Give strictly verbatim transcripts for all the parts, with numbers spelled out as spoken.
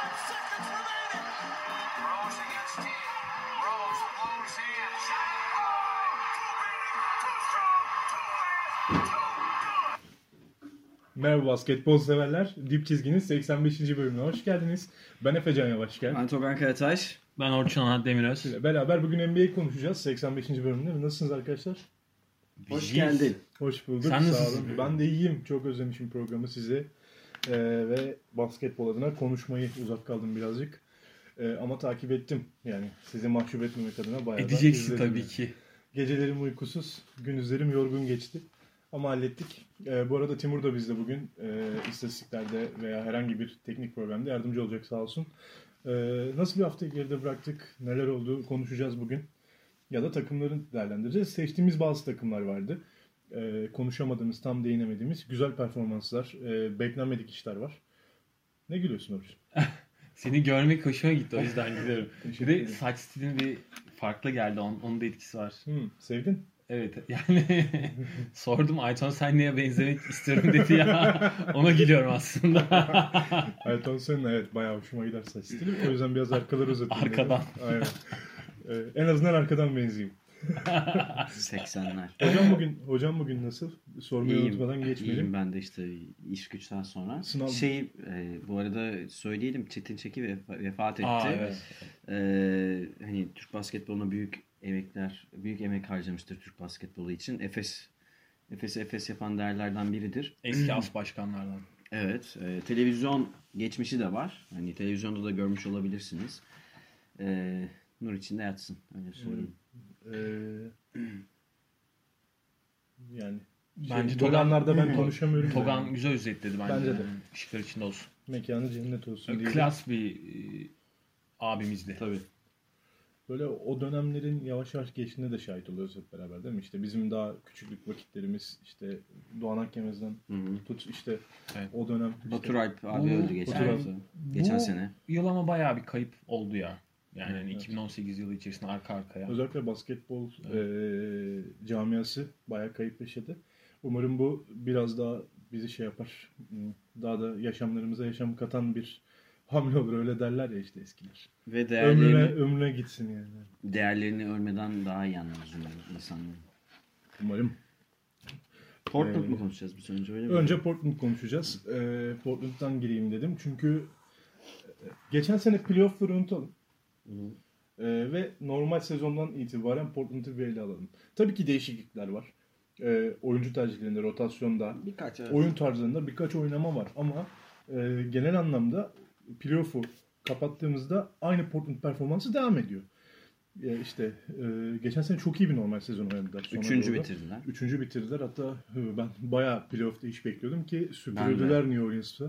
Merhaba basketbol severler. Dip Çizgi'nin seksen beşinci bölümüne hoş geldiniz. Ben Efecan Yavaşken. Ben Togan Karataş. Ben Orçun Anad Demiröz. Beraber bugün N B A konuşacağız seksen beşinci bölümünde. Nasılsınız arkadaşlar? Hoş geldin. Hoş bulduk. Sen nasılsın? Sağ olun. Ben de iyiyim. Çok özlemişim programı size. Ee, ve basketbol adına konuşmayı uzak kaldım birazcık. Ee, ama takip ettim. Yani sizi mahcup etmemek adına bayağı Edeceksin tabii yani. ki. Gecelerim uykusuz, gündüzlerim yorgun geçti. Ama hallettik. Ee, bu arada Timur da bizde bugün e, istatistiklerde veya herhangi bir teknik programda yardımcı olacak sağ olsun. Ee, nasıl bir hafta geride bıraktık, neler oldu konuşacağız bugün. Ya da takımların değerlendireceğiz. Seçtiğimiz bazı takımlar vardı. Ee, konuşamadığımız, tam değinemediğimiz güzel performanslar, e, beklenmedik işler var. Ne gülüyorsun Orçun? Seni görmek hoşuma gitti, o yüzden gidiyorum. Bir de saç stilin bir farklı geldi, onun, onun da etkisi var. Hmm, sevdin? Evet, yani sordum Ayton sen neye benzemek istiyorum dedi ya. Ona gülüyorum aslında. Ayton senin evet bayağı hoşuma gider saç stili. O yüzden biraz arkaları uzatayım. Arkadan. Aynen. Ee, en azından arkadan benzeyeyim. seksenler. Hocam bugün hocam bugün nasıl? Sormayı İyiyim, unutmadan geçmeyelim. İyiyim ben de işte iş güçten sonra. Sınav... Şey e, bu arada söyleyelim Çetin Çeki vef- vefat etti. Aa, evet. Ee, hani Türk basketboluna büyük emekler, büyük emek harcamıştır Türk basketbolu için. Efes Efes'i Efes yapan değerlerden biridir. Eski as başkanlardan. Evet, e, televizyon geçmişi de var. Hani televizyonda da görmüş olabilirsiniz. E, nur içinde yatsın öyle söyleyeyim. Ee, yani bence Toganlarda ben konuşamıyorum. Togan yani. güzel özetledi bence. Bence de. Yani. Işıklar içinde olsun. Mekanı cennet olsun diye. Klas bir e, abimizdi. Tabii. Böyle o dönemlerin yavaş yavaş geçtiğine de şahit oluyoruz hep beraber değil mi? İşte bizim daha küçüklük vakitlerimiz işte Doğan Akgemez'den tut işte evet. O dönem. Işte, Batur Alp abi bu, öldü geçen, yani, geçen bu sene. Yıl ama bayağı bir kayıp oldu ya. Yani evet, iki bin on sekiz yılı içerisinde arka arkaya. Özellikle basketbol evet. e, camiası bayağı kayıp yaşadı. Umarım bu biraz daha bizi şey yapar. Daha da yaşamlarımıza yaşam katan bir hamle olur. Öyle derler ya işte eskiler. Ve değerlerini, ömrüne, ömrüne gitsin yani. Değerlerini ölmeden daha iyi anlarız umarım insanların. Umarım. Portland ee, mı konuşacağız biz önce öyle mi? Önce Portland konuşacağız. Ee, Portland'dan gireyim dedim. Çünkü geçen sene playoff'ları unutalım. Ee, ve normal sezondan itibaren Portland'ı bir ele alalım. Tabii ki değişiklikler var. Ee, oyuncu tercihlerinde, rotasyonda, birkaç, evet. Oyun tarzlarında birkaç oynama var. Ama e, genel anlamda playoff'u kapattığımızda aynı Portland performansı devam ediyor. E, işte e, geçen sene çok iyi bir normal sezon oynadılar. Üçüncü doğru. bitirdiler. Üçüncü bitirdiler. Hatta ben bayağı playoff'ta iş bekliyordum ki süpürdüler New Orleans'ta.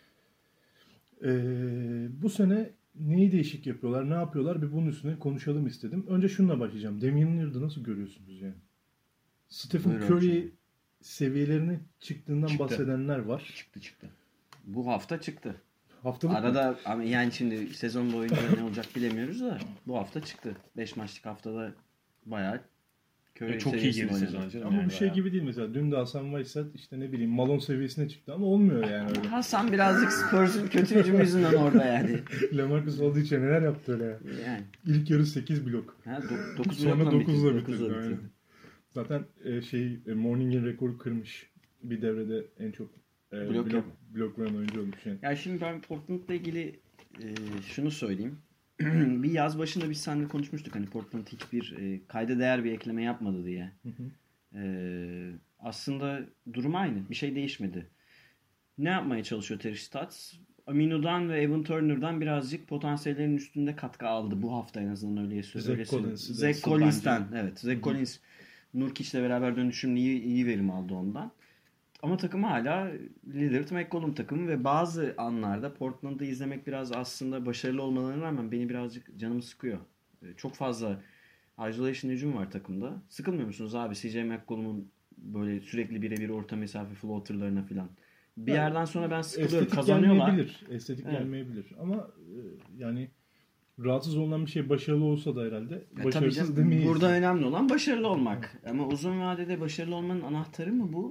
E, bu sene neyi değişik yapıyorlar, ne yapıyorlar bir bunun üstüne konuşalım istedim. Önce şununla başlayacağım. Damian Lillard'ı nasıl görüyorsunuz yani? Stephen Buyur Curry hocam. Seviyelerine çıktığından çıktı. bahsedenler var. Çıktı çıktı. Bu hafta çıktı. Haftalık Arada mı? Ama yani şimdi sezon boyunca ne olacak bilemiyoruz da bu hafta çıktı. beş maçlık haftada bayağı Curry çok iyi girdi sezon canım. Ama yani bu şey bayağı. gibi değil mesela. Dün de Hasan Whiteside işte ne bileyim Malone seviyesine çıktı ama olmuyor yani öyle. Hasan birazcık Spurs'un kötü hücum yüzünden orada yani. LaMarcus olduğu için neler yaptı öyle ya. Yani. İlk yarı sekiz blok. Ha, do- dokuz Sonra dokuzla bitirdi. bitirdi. bitirdi. Zaten e, şey e, Morning'in rekoru kırmış. Bir devrede en çok e, blok, blok, blok veren oyuncu olmuş yani. Ya şimdi ben Portland'la ilgili e, şunu söyleyeyim. Bir yaz başında biz seninle konuşmuştuk. Hani Portland hiçbir e, kayda değer bir ekleme yapmadı diye. Hı hı. E, aslında durum aynı. Bir şey değişmedi. Ne yapmaya çalışıyor Terry Stotts? Aminu'dan ve Evan Turner'dan birazcık potansiyellerin üstünde katkı aldı. Bu hafta en azından öyle söylüyor. Zach Collins. Zach Collins'ten. Evet. Zach Collins Nurkic'le beraber dönüşümlü iyi, iyi verim aldı ondan. Ama takım hala Lillard, McCollum takımı ve bazı anlarda Portland'ı izlemek biraz aslında başarılı olmalarına rağmen beni birazcık canımı sıkıyor. Çok fazla isolation hücum var takımda. Sıkılmıyor musunuz abi C J McCollum'un böyle sürekli birebir orta mesafe floaterlarına falan? Bir yani, yerden sonra ben sıkılıyorum. Estetik Kazanıyorlar. Gelmeyebilir. Estetik evet. gelmeyebilir. Ama yani rahatsız olunan bir şey başarılı olsa da herhalde ya başarısız demeyiz. Burada önemli olan başarılı olmak. Ama uzun vadede başarılı olmanın anahtarı mı bu?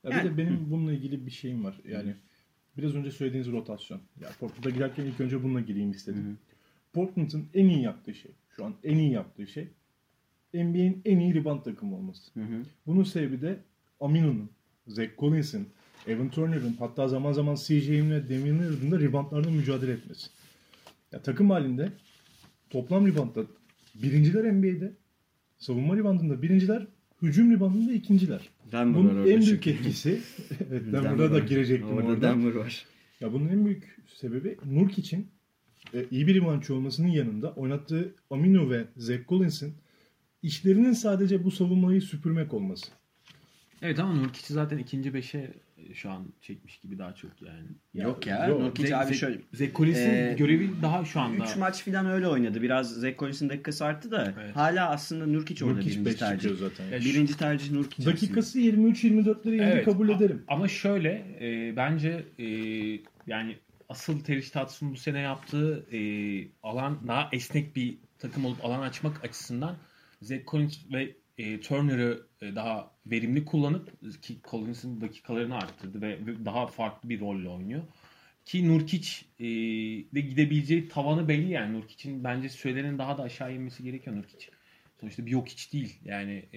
Ya Yani- bir de benim bununla ilgili bir şeyim var. Yani biraz önce söylediğiniz rotasyon. Ya Portland'a girerken ilk önce bununla gireyim istedim. Hı hı. Portland'ın en iyi yaptığı şey, şu an en iyi yaptığı şey N B A'in en iyi rebound takımı olması. Hı hı. Bunun sebebi de Aminu'nun, Zach Collins'in, Evan Turner'ın, hatta zaman zaman C J'in ve Damian Lillard'ın da reboundlarla mücadele etmesi. Ya takım halinde toplam reboundda birinciler N B A'de, savunma reboundında birinciler, hücum reboundında ikinciler. Denver Bunun var orada en büyük çünkü. etkisi, evet Denver Denver'a da var. girecektim Orada orada. Denver var. Ya bunun en büyük sebebi Nurkic'in e, iyi bir reboundçı olmasının yanında oynattığı Aminu ve Zach Collins'in işlerinin sadece bu savunmayı süpürmek olması. Evet ama Nurkic'i zaten ikinci beşe şu an çekmiş gibi daha çok yani. Yok ya. yok. Nurkic Zek- abi Zek- şöyle. Zach Collins'in Ee, görevi daha şu anda. üç maç falan öyle oynadı. Biraz Zach Collins'in dakikası arttı da Evet. hala aslında Nurkic orada Nurkic birinci beş tercih. çıkıyor zaten. Ya Birinci tercih Nurkic Dakikası yirmi üç yirmi dörtleri yine Evet, kabul a- ederim. Ama şöyle e, bence e, yani asıl Terry Stotts'un bu sene yaptığı e, alan daha esnek bir takım olup alan açmak açısından Zach Collins ve e, Turner'ı e, daha verimli kullanıp ki Collins'in dakikalarını arttırdı ve, ve daha farklı bir rolle oynuyor. Ki Nurkic e, de gidebileceği tavanı belli yani. Nurkic'in bence sürelerinin daha da aşağı inmesi gerekiyor Nurkic. Sonuçta bir yok hiç değil. Yani e,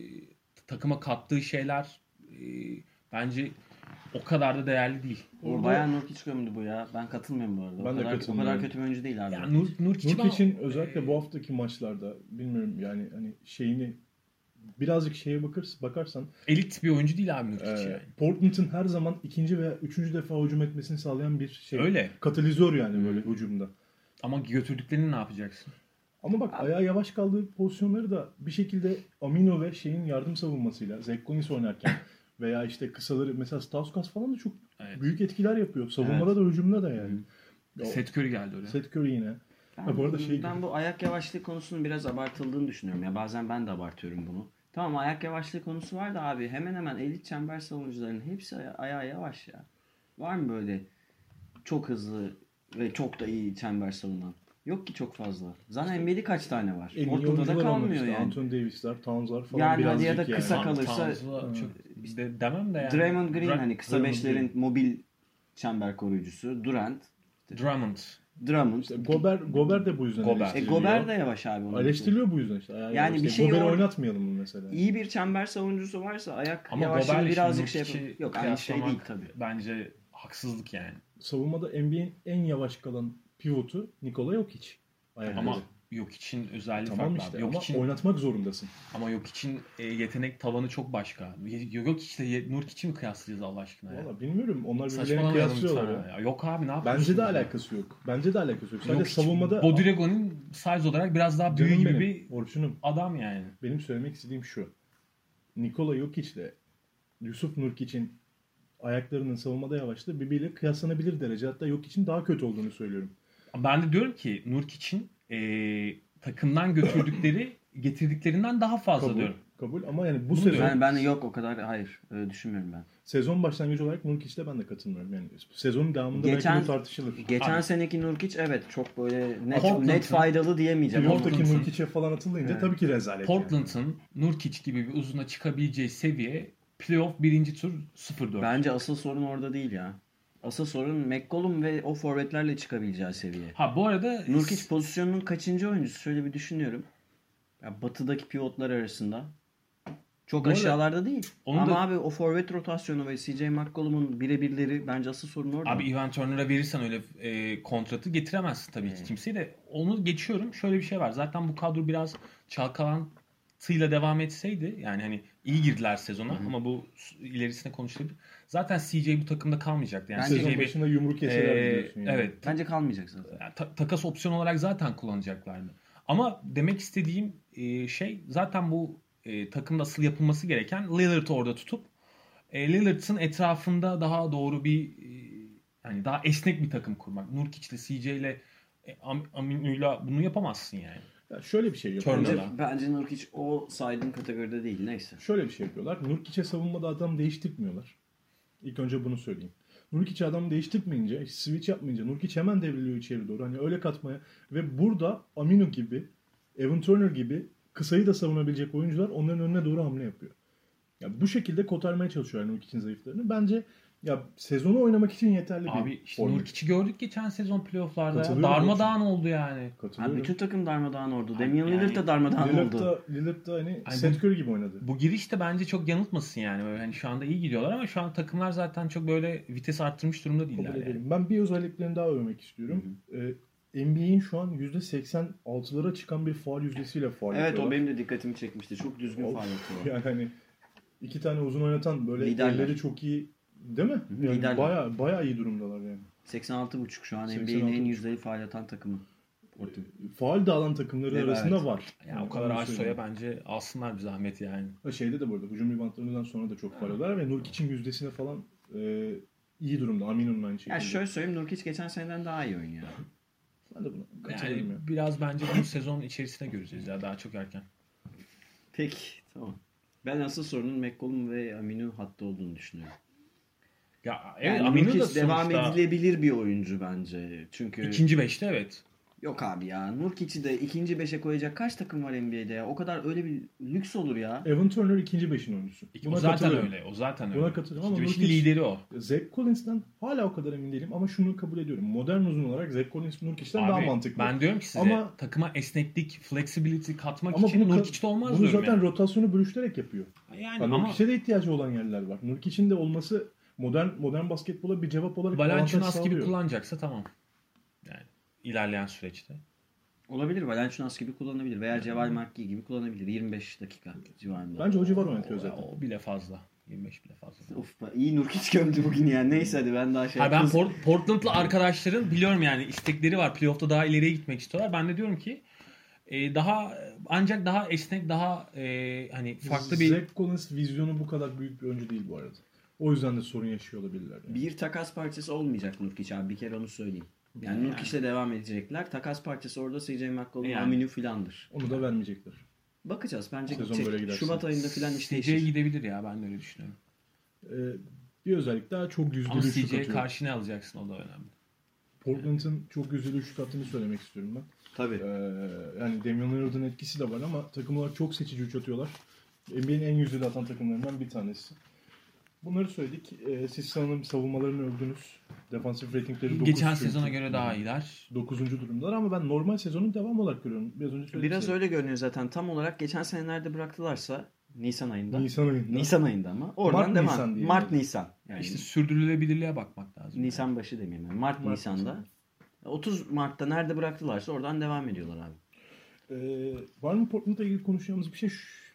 takıma kattığı şeyler e, bence o kadar da değerli değil. O bayağı Nurkic gömdü bu ya. Ben katılmıyorum bu arada. Ben o, de kadar, o katılmıyorum. kadar kötü bir oyuncu değil abi. Yani Nur, Nurkic'i ben- Nurkic'in özellikle bu haftaki maçlarda bilmiyorum yani hani şeyini birazcık şeye bakırız, bakarsan elit bir oyuncu değil abi Nurkic e, yani. Portland'ın her zaman ikinci veya üçüncü defa hücum etmesini sağlayan bir şey. Öyle. Katalizör yani böyle hücumda. Ama götürdüklerini ne yapacaksın? Ama bak ayağı yavaş kaldığı pozisyonları da bir şekilde Amino ve şeyin yardım savunmasıyla Zach Collins oynarken veya işte kısaları mesela Stauskas falan da çok Evet. büyük etkiler yapıyor. Savunmada da hücumda da yani. O- Seth Curry geldi oraya. Seth Curry yine. Ben, Ha, bu arada şey ben bu ayak yavaşlığı konusunun biraz abartıldığını düşünüyorum. Ya bazen ben de abartıyorum bunu. Tamam ayak yavaşlığı konusu var da abi hemen hemen elit çember savunucularının hepsi aya- ayağı yavaş ya. Var mı böyle çok hızlı ve çok da iyi çember savunan? Yok ki çok fazla. Zaten N B A'de kaç tane var? en iyi Ortada da oyuncular onlar kalmıyor işte. yani. Anthony Davis'ler, Towns'lar falan Yani hadi birazcık ya da yani. kısa kal- kalırsa- Towns'la çok bizde demem de yani. Draymond Green Dra- hani kısa Draymond beşlerin Green. mobil çember koruyucusu. Durant, Drummond. Drummond. İşte Gober, Gober de bu yüzden Gober. E, eleştiriliyor. Gober de yavaş abi. onun için. Eleştiriliyor bu yüzden işte. Yani, Yani işte bir şey Gober'i or- oynatmayalım mı mesela? İyi bir çember savunucusu varsa ayak Ama yavaşlığı Gober'le birazcık şimdi şey Nurkic'i yapıyor. Yok aynı şey değil kıyaslamak tabii. Bence haksızlık yani. Savunmada N B A'in en yavaş kalan pivotu Nikola Jokic. Ayakları. Ama yok için özelliği tamam farklı işte abi. Yok ama için oynatmak zorundasın. ama yok için e, yetenek tavanı çok başka. Yok işte ye- Nurkic'i mi kıyaslayacağız Allah aşkına ya? Valla bilmiyorum. Onlar birbirlerini Saçmalamayalım kıyaslıyorlar. lütfen ya. ya. Yok abi ne yapıyorsun? Bence de ya? alakası yok. Bence de alakası yok. Sadece Yok hiç. savunmada... Bodirogo'nun size olarak biraz daha büyüğü Canım gibi benim, bir Orçunum. adam yani. Benim söylemek istediğim şu. Nikola Jokic ile Yusuf Nurkic'in ayaklarının savunmada yavaşlığı birbiriyle kıyaslanabilir derece. Hatta Jokic'in daha kötü olduğunu söylüyorum. Ben de diyorum ki Nurkic'in e, takımdan götürdükleri getirdiklerinden daha fazla Kabul. diyorum. Kabul ama yani bu Bunu sezon diyorum. Ben, ben de yok o kadar hayır öyle düşünmüyorum ben. sezon başlangıcı olarak Nurkic'le ben de katılmıyorum. Yani sezonun devamında Geçen- belki bu tartışılır. Geçen Abi. seneki Nurkic evet çok böyle net, Portland'ın- net faydalı diyemeyeceğim. ama- Playoff'taki Portland'ın- Nurkic'e falan atılınca Evet. tabii ki rezalet. yani. Portland'ın Nurkic gibi bir uzuna çıkabileceği seviye playoff birinci tur sıfır dört. Bence asıl sorun orada değil ya. Asıl sorun McCollum ve o forvetlerle çıkabileceği seviye. Ha bu arada Nurkic pozisyonunun kaçıncı oyuncusu? Şöyle bir düşünüyorum. Ya batıdaki pivotlar arasında. Çok Bu arada- aşağılarda değil. Onu Ama da- abi o forvet rotasyonu ve C J McCollum'un birebirleri bence asıl sorun orada. Abi Ivan Turner'a verirsen öyle e, kontratı getiremezsin tabii ki Evet. kimseyi de. Onu geçiyorum. Şöyle bir şey var. Zaten bu kadro biraz çalkalantıyla devam etseydi yani hani iyi girdiler sezona ama bu ilerisine konuşulabilir. Zaten C J bu takımda kalmayacaktı. Yani Bence C J Sezon bir başında yumruk yeseler e, biliyorsun yani. evet Bence kalmayacak zaten. yani ta- takas opsiyonu olarak zaten kullanacaklardı. Ama demek istediğim e, şey zaten bu e, takımda asıl yapılması gereken Lillard'ı orada tutup e, Lillard'ın etrafında daha doğru bir e, yani daha esnek bir takım kurmak. Nurkic'le C J ile e, Am- Aminu'yla bunu yapamazsın yani. Ya şöyle bir şey yapıyorlar. Turner'la. Bence, bence Nurkic o saydığım kategoride değil. Neyse. Şöyle bir şey yapıyorlar. Nurkic'e savunmada adam değiştirmiyorlar. İlk önce bunu söyleyeyim. Nurkic'e adam değiştirmeyince, switch yapmayınca Nurkic hemen devriliyor içeri doğru. Hani öyle katmaya ve burada Aminu gibi, Evan Turner gibi kısayı da savunabilecek oyuncular onların önüne doğru hamle yapıyor. Ya bu şekilde kotarmaya çalışıyorlar Nurkic'in zayıflarını. Bence ya sezonu oynamak için yeterli bir Abi işte forvet. Nurkic'i gördük geçen sezon playoff'larda. Ya. Katılıyorum Darmadağın oldu yani. Katılıyorum. Abi bütün takım darmadağın oldu. Abi Damian yani- Lillard da darmadağın Lillard oldu. da, Lillard da hani Ay Seth bu- Curry gibi oynadı. Bu giriş de bence çok yanıltmasın yani. Böyle hani şu anda iyi gidiyorlar ama şu an takımlar zaten çok böyle vites arttırmış durumda değiller Kabul yani. edelim. Ben bir özelliklerini daha övmek istiyorum. Ee, N B A'in şu an yüzde seksen altılara çıkan bir faul yüzdesiyle faul Evet o yapıyorlar. benim de dikkatimi çekmişti. Çok düzgün Of, faal atıyor. Yani hani iki tane uzun oynatan böyle Liderler. elleri çok iyi değil mi? Hı, Yani liderler. baya baya iyi durumdalar yani. seksen altı buçuk şu an N B A'in seksen altı en buçuk. yüzdeli faal atan takımı. Faul da alan takımları Evet. arasında var. Ya o kadar Ayso'ya bence alsınlar bir zahmet yani. Ha, Şeyde de bu arada hücum ribantlarından sonra da çok faul alıyorlar ve Nurkic'in yüzdesine falan e, iyi durumda. Aminu'nun aynı şekilde. Ya şöyle söyleyeyim Nurkic geçen seneden daha iyi oynuyor. Ben de buna Yani katılıyorum ya. biraz bence bu sezon içerisinde göreceğiz ya daha çok erken. Peki tamam. Ben asıl sorunun McCollum ve Aminu hatta olduğunu düşünüyorum. Ya evet Yani Aminu da Nurkic devam sonuçta edilebilir bir oyuncu bence. Çünkü ikinci beşte evet. yok abi ya. Nurkic'i de ikinci beşe koyacak kaç takım var N B A'de ya? O kadar öyle bir lüks olur ya. Evan Turner ikinci beşin oyuncusu. İki- Buna o zaten katılıyorum. öyle. O zaten öyle. Buna katılıyorum ama İkinci beşin Nurkic- lideri o. Zach Collins'ten hala o kadar emin değilim ama şunu kabul ediyorum. Modern uzun olarak Zach Collins Nurkic'ten daha Abi, mantıklı. ben diyorum ki size Ama- takıma esneklik, flexibility katmak Ama için bunu, Nurkic'te olmaz bunu diyorum zaten yani. rotasyonu bölüşterek yapıyor. Yani Yani ama Nurkic'e de ihtiyacı olan yerler var. Nurkic'in de olması modern modern basketbola bir cevap olarak avantaj Valanciunas gibi sağlıyor. kullanacaksa tamam. Yani ilerleyen süreçte. Olabilir. Valanciunas gibi kullanabilir. Veya Ceval McGee gibi kullanabilir. yirmi beş dakika civarında. Bence o civar O, oynatıyor zaten. o bile fazla. yirmi beş bile fazla. Of be, iyi Nurkic gömdü bugün yani. Neyse hadi ben daha şey... Ha, ben Kız- Port- Portland'lı arkadaşların biliyorum yani istekleri var. Playoff'ta daha ileriye gitmek istiyorlar. Ben de diyorum ki e, daha ancak daha esnek, daha e, hani farklı bir Zach Collins vizyonu bu kadar büyük bir oyuncu değil bu arada. O yüzden de sorun yaşıyor olabilirler. Yani. Bir takas parçası olmayacak Nurkic abi. Bir kere onu söyleyeyim. Yani, Yani. Nurkic'le devam edecekler. Takas parçası orada C J McCollum, Yani. Aminu filandır. Onu da vermeyecekler. Bakacağız. Bence Sezon gidecek. böyle giderse. Şubat ayında filan iş C C'ye değişir. gidebilir ya ben de öyle düşünüyorum. Ee, bir özellik daha çok yüzdeli Ama şut C C'ye atıyor. karşı ne alacaksın o da önemli. Portland'ın çok yüzdeli şut attığını söylemek istiyorum ben. Tabii. Ee, yani Damian Lillard'ın etkisi de var ama takım olarak çok seçici üç atıyorlar. N B A'nin en yüzdeli atan takımlarından bir tanesi. Bunları söyledik. Ee, siz sanırım savunmalarını övdünüz. Defansif ratingleri dokuz. Geçen çünkü. sezona göre daha iyiler. dokuzuncu durumdalar ama ben normal sezonun devamı olarak görüyorum. Biraz önce söyledim. Biraz öyle görünüyor zaten. Tam olarak geçen senelerde bıraktılarsa Nisan ayında. Nisan ayında. Nisan ayında ama. Oradan Mart, devam. Nisan diyelim. Mart Nisan. Yani İşte sürdürülebilirliğe bakmak lazım. Nisan başı demeyeyim. Yani. Mart, Mart, Nisan'da. Nisan. otuz Mart'ta nerede bıraktılarsa oradan devam ediyorlar abi. Ee, var mı Portland'la ilgili konuşacağımız bir şey? Şş.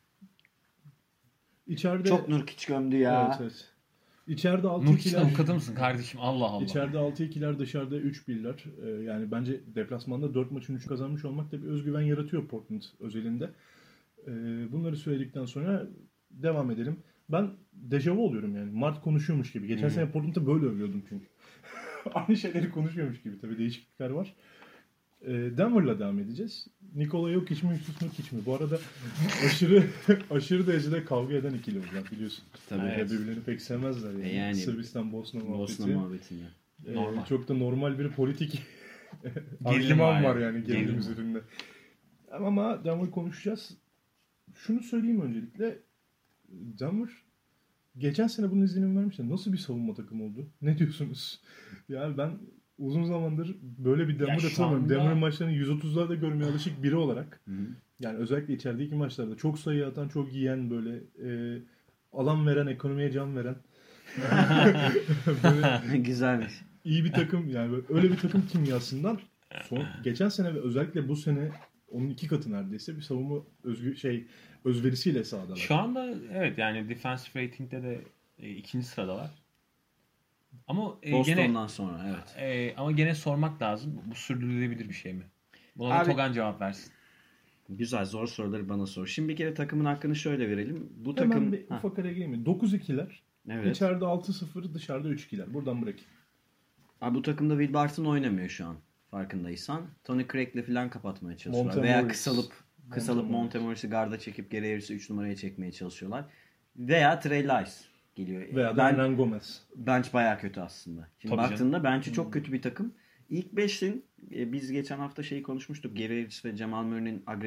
İçeride... Çok Nurkic gömdü ya. Evet, evet. İçeride altı Nurkic'in ikiler. avukatı mısın kardeşim? Allah Allah. İçeride altı ikiler, dışarıda üç birler. Ee, yani bence deplasmanda dört maçın üç kazanmış olmak da bir özgüven yaratıyor Portland özelinde. Ee, bunları söyledikten sonra devam edelim. Ben dejavu oluyorum yani. Mart konuşuyormuş gibi. Geçen Hı. sene Portland'da böyle övüyordum çünkü. Aynı şeyleri konuşuyormuş gibi. Tabii değişiklikler var. Ee, Denver'la devam edeceğiz. Nikola Jokic mi, Yusuf Nurkic mi? Bu arada aşırı aşırı derecede kavga eden ikili olacak biliyorsun. Tabii. Yani Evet. birbirlerini pek sevmezler yani. E yani, Sırbistan Bosna muhabbeti. Bosna muhabbetinde. Ee, Normal. çok da normal bir politik Gerilim argüman var var yani. yani gerilim Gerilim. üzerinde. Ama Denver konuşacağız. Şunu söyleyeyim öncelikle. Denver geçen sene bunun izlenimi vermişler. Nasıl bir savunma takımı oldu? Ne diyorsunuz? Yani ben uzun zamandır böyle bir Denver Ya şu hatırlamıyorum. anda- Denver maçlarını yüz otuzlarda görmeye alışık biri olarak. Hı hı. Yani özellikle içerideki maçlarda çok sayı atan, çok yiyen böyle e, alan veren, ekonomiye can veren böyle Güzelmiş. iyi bir takım yani böyle öyle bir takım kimyasından son, geçen sene ve özellikle bu sene onun iki katı neredeyse bir savunma özgü şey özverisiyle sahadalar. Şu anda evet yani defensive rating'de de e, ikinci sıradalar. Ama e, Boston'dan gene sonra evet. e, ama gene sormak lazım. Bu sürdürülebilir bir şey mi? Buna da Abi- Togan cevap versin. Güzel zor soruları bana sor. Şimdi bir kere takımın hakkını şöyle verelim. Bu Hemen takım bir Ha, ufak araya gireyim mi? dokuz ikiler. evet. İçeride altı sıfır, dışarıda üç ikiler. Buradan bırakayım. Abi bu takımda Will Barton oynamıyor şu an. Farkındaysan. Tony Craig'le falan kapatmaya çalışıyorlar. Monte Veya Morris. kısalıp kısalıp Monte Monte Morris'i garda çekip geri Harris'i üç numaraya çekmeye çalışıyorlar. Veya Trey Lyles geliyor. Veya da ben Hernan Gomez. bench bayağı kötü aslında. Şimdi Tabii baktığında bench'i çok kötü bir takım. İlk beşin e, biz geçen hafta şeyi konuşmuştuk. Gary Harris ve Jamal Murray'nin agresif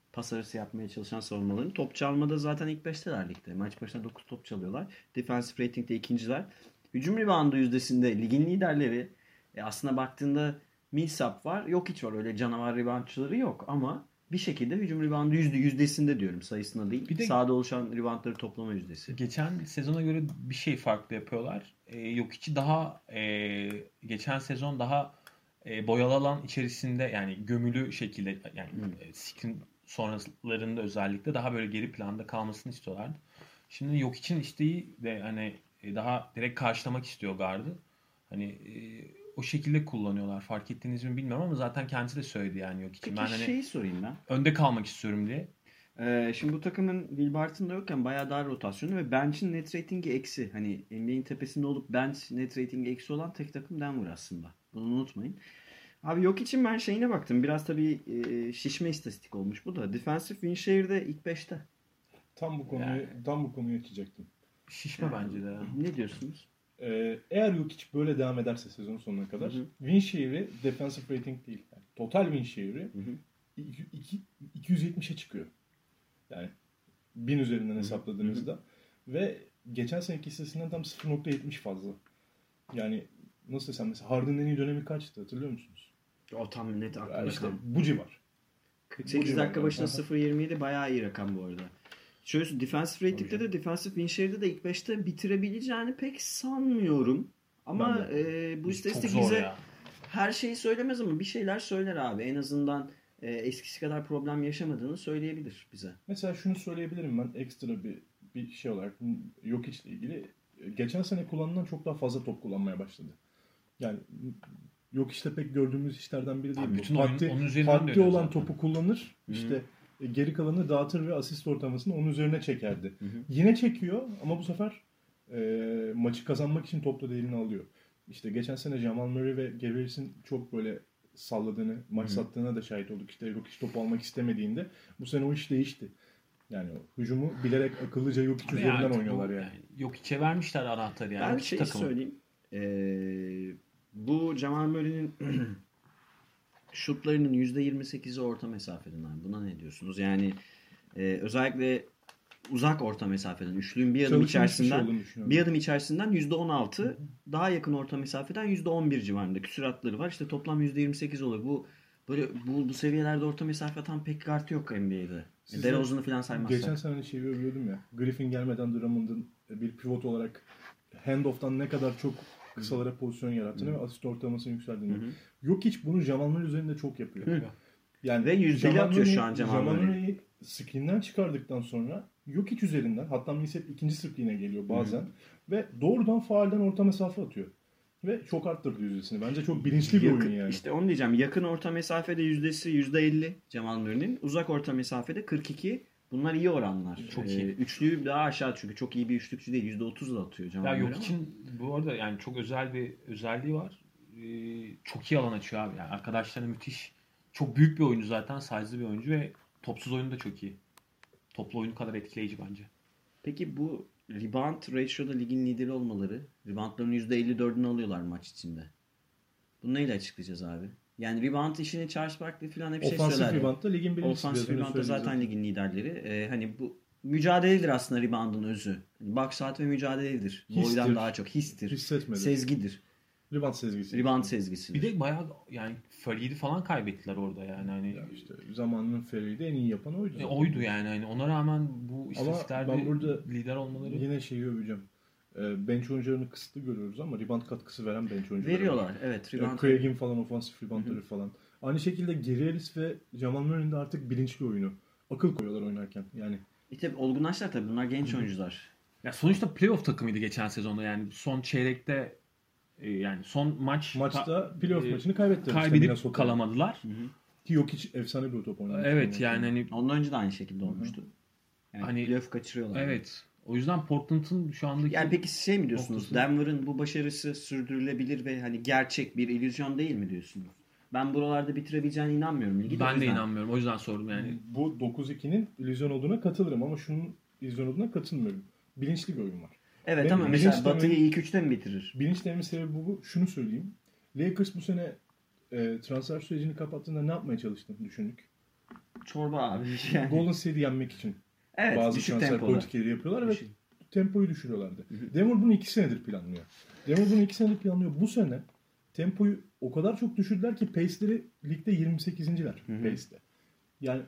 pas arası yapmaya çalışan savunmalarını. Top çalmada zaten ilk beşteler ligde. Maç başına dokuz top çalıyorlar. Defensive rating'de ikinciler. Hücum reboundu yüzdesinde ligin liderleri. E aslında baktığında Millsap var. Yok hiç var. Öyle canavar reboundçıları yok. Ama bir şekilde hücum reboundu yüzde yüzdesinde diyorum. Sayısına değil. Bir de sahada oluşan reboundları toplama yüzdesi. geçen sezona göre bir şey farklı yapıyorlar. Ee, yok içi daha e, geçen sezon daha e, boyalı alan içerisinde yani gömülü şekilde yani Hmm. e, screen sonralarında özellikle daha böyle geri planda kalmasını istiyorlardı. Şimdi yok için isteği de hani e, daha direkt karşılamak istiyor gardı. Hani e, o şekilde kullanıyorlar. Fark ettiniz mi bilmiyorum ama zaten kendisi de söyledi yani yok için. Peki Ben hani şeyi sorayım ben. önde kalmak istiyorum diye. Ee, şimdi bu takımın Will Barton da yokken bayağı dar rotasyonu ve bench'in net ratingi eksi. Hani N B A'in tepesinde olup bench net ratingi eksi olan tek takım Denver aslında. Bunu unutmayın. Abi yok için ben şeyine baktım. Biraz tabii e, şişme istatistik olmuş bu da. Defensive win share'de ilk beşte. Tam bu konuyu Yani. tam bu konuyu açacaktım. Şişme bence de. Ne diyorsunuz? Ee, eğer Jokic böyle devam ederse sezon sonuna kadar Hı hı. win share'i defensive rating değil. Yani total win share'i Hı hı. iki- iki- iki yüz yetmişe çıkıyor. Yani bin üzerinden hesapladığınızda ve geçen seneki istatistiğinden tam sıfır nokta yetmiş fazla. Yani nasıl desem mesela Harden'ın en iyi dönemi kaçtı hatırlıyor musunuz? O tam net Ya aklımda işte kaldı. bu civar. kırk sekiz Bu dakika civarda. başına Aha. sıfır virgül yirmi yedi bayağı iyi rakam bu arada. Şöyle söyleyeyim, defensive rating'de de defensive win share'de de ilk beşte bitirebileceğini pek sanmıyorum. Ama Ben e, bu Çok istatistik zor bize ya. her şeyi söylemez ama bir şeyler söyler abi. En azından e, eskisi kadar problem yaşamadığını söyleyebilir bize. Mesela şunu söyleyebilirim ben ekstra bir bir şey olarak Jokic ile ilgili geçen sene kullanılan çok daha fazla top kullanmaya başladı. Yani Jokic'te pek gördüğümüz işlerden biri değil. Abi bu. bütün oyun Haddi, onun üzerinden haddi dönüyor olan zaten. topu kullanır. Hı. İşte e, geri kalanı dağıtır ve asist ortalamasını onun üzerine çekerdi. Hı hı. Yine çekiyor ama bu sefer e, maçı kazanmak için topla da elini alıyor. İşte geçen sene Jamal Murray ve Gaberis'in çok böyle salladığını, maç Hı. sattığına da şahit olduk. İşte Jokic topu almak istemediğinde bu sene o iş değişti. Yani o hücumu bilerek akıllıca Jokic Abi üzerinden artık oynuyorlar bu- yani. Yok içe vermişler anahtarı yani. Ben Yok bir içi şey takımı. söyleyeyim. Ee, bu Jamal Murray'nin şutlarının yüzde yirmi sekizi orta mesafeden abi. Buna ne diyorsunuz? Yani e, özellikle uzak orta mesafeden. Üçlüğün bir adım Çalışılmış bir şey içerisinden olduğunu düşünüyorum. bir adım içerisinden yüzde on altı, daha yakın orta mesafeden yüzde on bir civarında küsuratları var. İşte toplam yüzde yirmi sekiz oluyor. Bu böyle bu, bu seviyelerde orta mesafe atan pek guard yok N B A'de. Siz DeRozan'ı falan saymazsak. Geçen sene şeyi övüyordum ya. Griffin gelmeden Drummond'un bir pivot olarak handoff'tan ne kadar çok kısalara pozisyon yarattığını ve asist ortalamasını yükseldiğini. Hı hı. Yok hiç bunu Jamal Murray üzerinde çok yapıyor. Hı. Yani Ve yüzdeli Jamal atıyor şu Murray- an Jamal Jamal Murray. Murray'i screen'den çıkardıktan sonra yok hiç üzerinden hatta Millsap ikinci screen'e geliyor bazen ve doğrudan faalden orta mesafe atıyor. Ve çok arttırdı yüzdesini. Bence çok bilinçli bir Yakın- oyun yani. İşte onu diyeceğim. Yakın orta mesafede yüzdesi yüzde elli Jamal Murray'nin. Uzak orta mesafede kırk iki. Bunlar iyi oranlar. Çok Ee, iyi. Üçlüyü daha aşağı çünkü çok iyi bir üçlükçü değil. yüzde otuz da atıyor Jamal Ya Murray yok ama. için bu arada yani çok özel bir özelliği var. Ee, çok iyi alan açıyor abi. Yani arkadaşlarına müthiş. Çok büyük bir oyuncu zaten. Size'lı bir oyuncu ve topsuz oyunu da çok iyi. Toplu oyunu kadar etkileyici bence. Peki bu rebound ratio'da ligin lideri olmaları, reboundların yüzde elli dördünü alıyorlar maç içinde. Bunu neyle açıklayacağız abi? Yani rebound işini Charles Barkley falan hep şey Ofansif söyler. ya. reboundda ligin birincisi. Ofansif Biraz önce reboundda söyledim zaten ligin liderleri. Ee, hani bu mücadeledir aslında reboundın özü. Yani box saat ve mücadeledir. Histir. Boydan daha çok histir. Hissetmedi. Sezgidir. Rebound sezgisi. Rebound sezgisidir. Bir de bayağı yani Farid'i falan kaybettiler orada yani. Hani Ya işte zamanının Ferry'de en iyi yapan oydu. e, zaten. oydu yani. Hani ona rağmen bu Ama istatistiklerde ben burada lider olmaları yine şeyi öveceğim. Ee, bench oyuncularını kısıtlı görüyoruz ama rebound katkısı veren bench oyuncuları Veriyorlar. var. Evet. Yani Rebound. Craig'in falan ofansif reboundları falan. Aynı şekilde Gary Harris ve Jamal Murray'in de artık bilinçli oyunu. Akıl koyuyorlar oynarken. Yani İşte olgunlaşlar tabii. Bunlar genç oyuncular. ya sonuçta playoff takımıydı geçen sezonda yani son çeyrekte e, yani son maç maçta playoff e, maçını kaybettiler. işte kaybedip Minnesota'ya. kalamadılar. Ki yok hiç efsane bir top oynadı. Evet yani hani Ondan önce de aynı şekilde olmuştu. Yani Hani- playoff kaçırıyorlar. evet. O yüzden Portland'ın şu andaki Yani peki şey mi diyorsunuz? noktası- Denver'ın bu başarısı sürdürülebilir ve hani gerçek bir illüzyon değil mi diyorsunuz? Ben buralarda bitirebileceğine inanmıyorum. Ligi ben de yüzden. inanmıyorum. O yüzden sordum yani. Bu dokuz ikinin illüzyon olduğuna katılırım ama şunun illüzyon olduğuna katılmıyorum. Bilinçli bir oyun var. Evet Benim ama mesela bilinç Batı'yı dememin- ilk üçte mi bitirir? Bilinçlerin sebebi bu. Şunu söyleyeyim. Lakers bu sene e, transfer sürecini kapattığında ne yapmaya çalıştığını düşündük. çorba abi. Yani. Golden State'i yenmek için Evet, bazı düşük transfer tempoda. politikaları yapıyorlar ve Düşük. tempoyu düşürüyorlardı. Denver bunu iki senedir planlıyor. Denver bunu iki senedir planlıyor. Bu sene tempoyu o kadar çok düşürdüler ki pace'leri ligde yirmi sekizinciler pace'te. Yani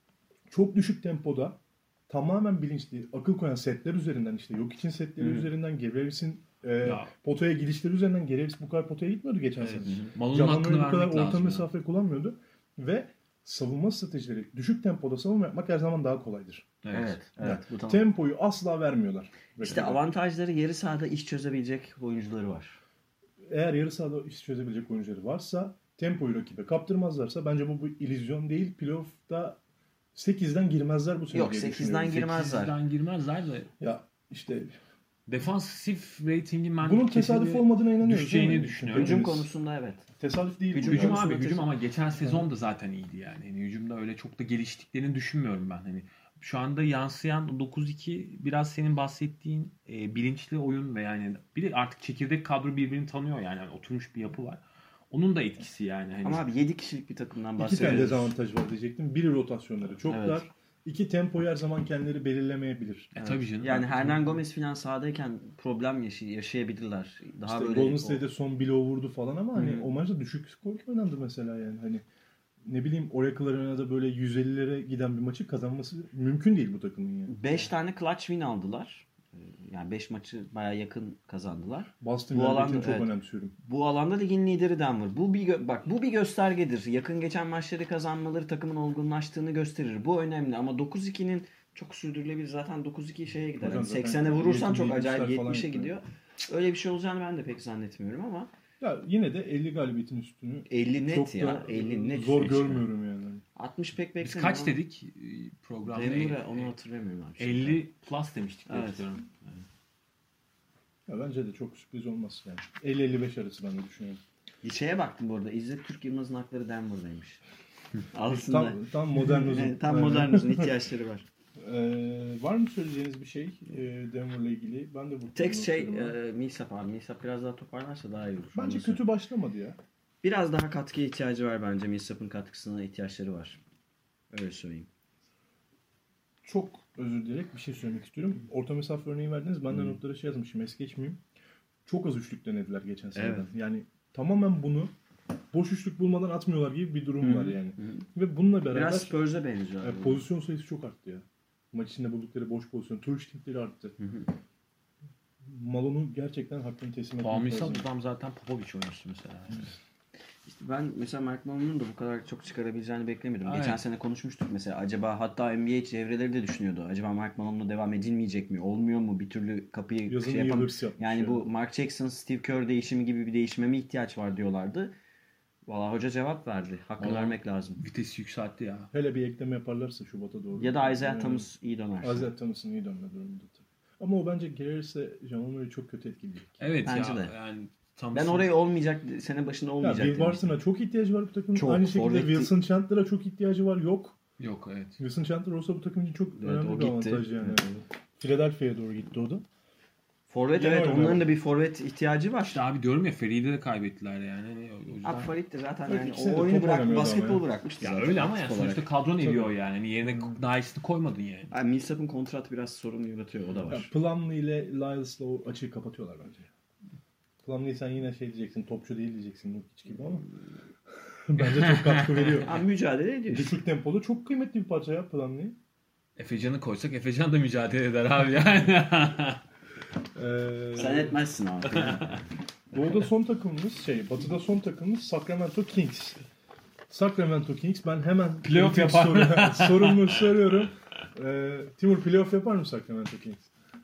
çok düşük tempoda tamamen bilinçli, akıl koyan setler üzerinden işte yok için setleri Hı. üzerinden Gevrevis'in e, Ya. potaya gidişleri üzerinden Gevrevis bu kadar potaya gitmiyordu geçen Evet. sene. Malonun Jamal hakkını Murray bu kadar vermek orta lazım. ya. mesafe kullanmıyordu ve savunma stratejileri düşük tempoda savunma yapmak her zaman daha kolaydır. Evet. Evet, evet. Bu tamam. Tempoyu asla vermiyorlar. İşte rakibe. avantajları yarı sahada iş çözebilecek oyuncuları var. Eğer yarı sahada iş çözebilecek oyuncuları varsa tempoyu rakibe kaptırmazlarsa bence bu bir illüzyon değil. Playoff'ta sekizden girmezler bu sene Yok, diye sekizden düşünüyorum. girmezler. sekizden girmezler de Ya işte defansif ratingin ben bunun tesadüf kesinlikle olmadığına inanıyoruz. düşeceğini değil mi? düşünüyorum. Hücum Hepimiz. konusunda evet. Tesadüf değil. Hücum bu. Hücum Yani abi aslında hücum tesadüf- ama geçen sezon da zaten iyiydi yani. Yani hücumda öyle çok da geliştiklerini düşünmüyorum ben. Hani şu anda yansıyan dokuz iki biraz senin bahsettiğin e, bilinçli oyun ve yani bir de artık çekirdek kadro birbirini tanıyor yani. Yani oturmuş bir yapı var. Onun da etkisi yani. Hani Ama abi yedi kişilik bir takımdan İki tane bahsediyoruz. dezavantaj var diyecektim. Biri rotasyonları çok Evet. dar. İki tempoyu her zaman kendileri belirlemeyebilir. e, tabii canım. Yani Hernan Gomez falan sahadayken problem yaşay- yaşayabilirler. Daha İşte böyle Golden o- State'de son blow vurdu falan ama hani Hı. o maçta düşük skor oynandı mesela yani. Hani ne bileyim Oracle Arena'da böyle yüz ellilere giden bir maçı kazanması mümkün değil bu takımın yani. beş tane clutch win aldılar. Yani beş maçı baya yakın kazandılar. Boston Bu galibiyetini alanda- çok evet. önemsiyorum. Bu alanda ligin lideri Denver. Bu bir gö- bak bu bir göstergedir. Yakın geçen maçları kazanmaları takımın olgunlaştığını gösterir. Bu önemli ama dokuz ikinin çok sürdürülebilir. Zaten dokuz iki şeye gider. Hocam Yani zaten seksene vurursan çok yetmişler acayip falan yetmişe yapıyor. gidiyor. Öyle bir şey olacağını ben de pek zannetmiyorum ama Ya yine de elli galibiyetin üstünü elli net çok ya. da elli net zor üstüne çıkar. görmüyorum yani. altmış pek Biz beklemiyorum. kaç dedik e, programda? Denver'a E, onu hatırlamıyorum abi. elli plus demiştik diye Evet. hatırlıyorum. Ya bence de çok sürpriz olmaz yani. elli elli beş arası ben de düşünüyorum. Şeye baktım bu arada. İzzet Türk Yılmaz'ın hakları Denver'daymış. Aslında. Tam, tam modern uzun. Evet, tam modern uzun ihtiyaçları var. Ee, var mı söyleyeceğiniz bir şey e, Denver'la ilgili? Ben de bu Tek şey notularım var. e, Millsap abi. Millsap biraz daha toparlarsa daha iyi olur. Bence Ondan kötü başlamadı ya. Biraz daha katkıya ihtiyacı var bence. Millsap'ın katkısına ihtiyaçları var. Öyle söyleyeyim. Çok özür dileyerek bir şey söylemek istiyorum. Orta mesafe örneği verdiniz. Ben de Hmm. notlara şey yazmışım. Es geçmeyeyim. Çok az üçlük denediler geçen seneden. Evet. Yani tamamen bunu boş üçlük bulmadan atmıyorlar gibi bir durum Hı. var yani. Hı. Ve bununla beraber Biraz Spurs'a benziyor. e, abi. pozisyon sayısı çok arttı ya. Maç içinde buldukları boş pozisyon. Tur shootingleri arttı. Hı hı. Malon'u gerçekten hakkını teslim etmek Pamisa lazım. adam zaten Popovic oyuncusu mesela. İşte ben mesela Mark Malone'un da bu kadar çok çıkarabileceğini beklemedim. Aynen. Geçen sene konuşmuştuk mesela. Acaba hatta N B A çevreleri de düşünüyordu. Acaba Mark Malone'la devam edilmeyecek mi? Olmuyor mu? Bir türlü kapıyı Yazın şey iyi yapam- hırs yapmış Yani ya. bu Mark Jackson, Steve Kerr değişimi gibi bir değişime mi ihtiyaç var diyorlardı. Valla hoca cevap verdi. Hakkını Ama- vermek lazım. Vitesi yükseltti ya. Hele bir ekleme yaparlarsa Şubat'a doğru. Ya da Isaiah Yani Thomas iyi döner. Isaiah Thomas'ın iyi dönme durumunda. Ama o bence gelirse Jamal Murray'i çok kötü etkileyecek. Evet Bence ya. de. Yani tam Ben orayı olmayacak, sene başında Ya olmayacak Will demiştim. Barton'a çok ihtiyacı var bu takımın. Çok, Aynı şekilde forvet- Wilson Chandler'a çok ihtiyacı var. Yok. yok evet. Wilson Chandler olsa bu takım için çok Evet, önemli o bir gitti. avantaj yani. Evet. Philadelphia'ya doğru gitti o da. Forvet Yeni evet oyuncular onların var. da bir forvet ihtiyacı var. İşte abi diyorum ya Feri'yi de kaybettiler yani. Hani o yüzden... Abi Farid de zaten Evet, yani ikisi de o oyunu top bırak, oynamıyordu basketbol ama ya. bırakmıştı Ya zaten öyle ama aktif yani olarak. sonuçta kadron eriyor yani. Hani yerine daha iyisini koymadın yani. Yani Millsap'ın kontratı biraz sorun yaratıyor, o da Ya var. Plumlee ile Lyles'la o açığı kapatıyorlar bence. Plumlee sen yine şey diyeceksin, topçu değil diyeceksin Nurkic gibi ama bence çok katkı veriyor. Abi mücadele ediyor işte. Düşük tempolu çok kıymetli bir parça ya Plumlee. Efecan'ı koysak Efecan da mücadele eder abi yani. Ee, Sen etmezsin abi. Doğu'da son takımımız şey, Batı'da son takımımız Sacramento Kings. Sacramento Kings ben hemen Playoff kritik yapar. soru, sorumu soruyorum. Ee, Timur playoff yapar mı Sacramento Kings?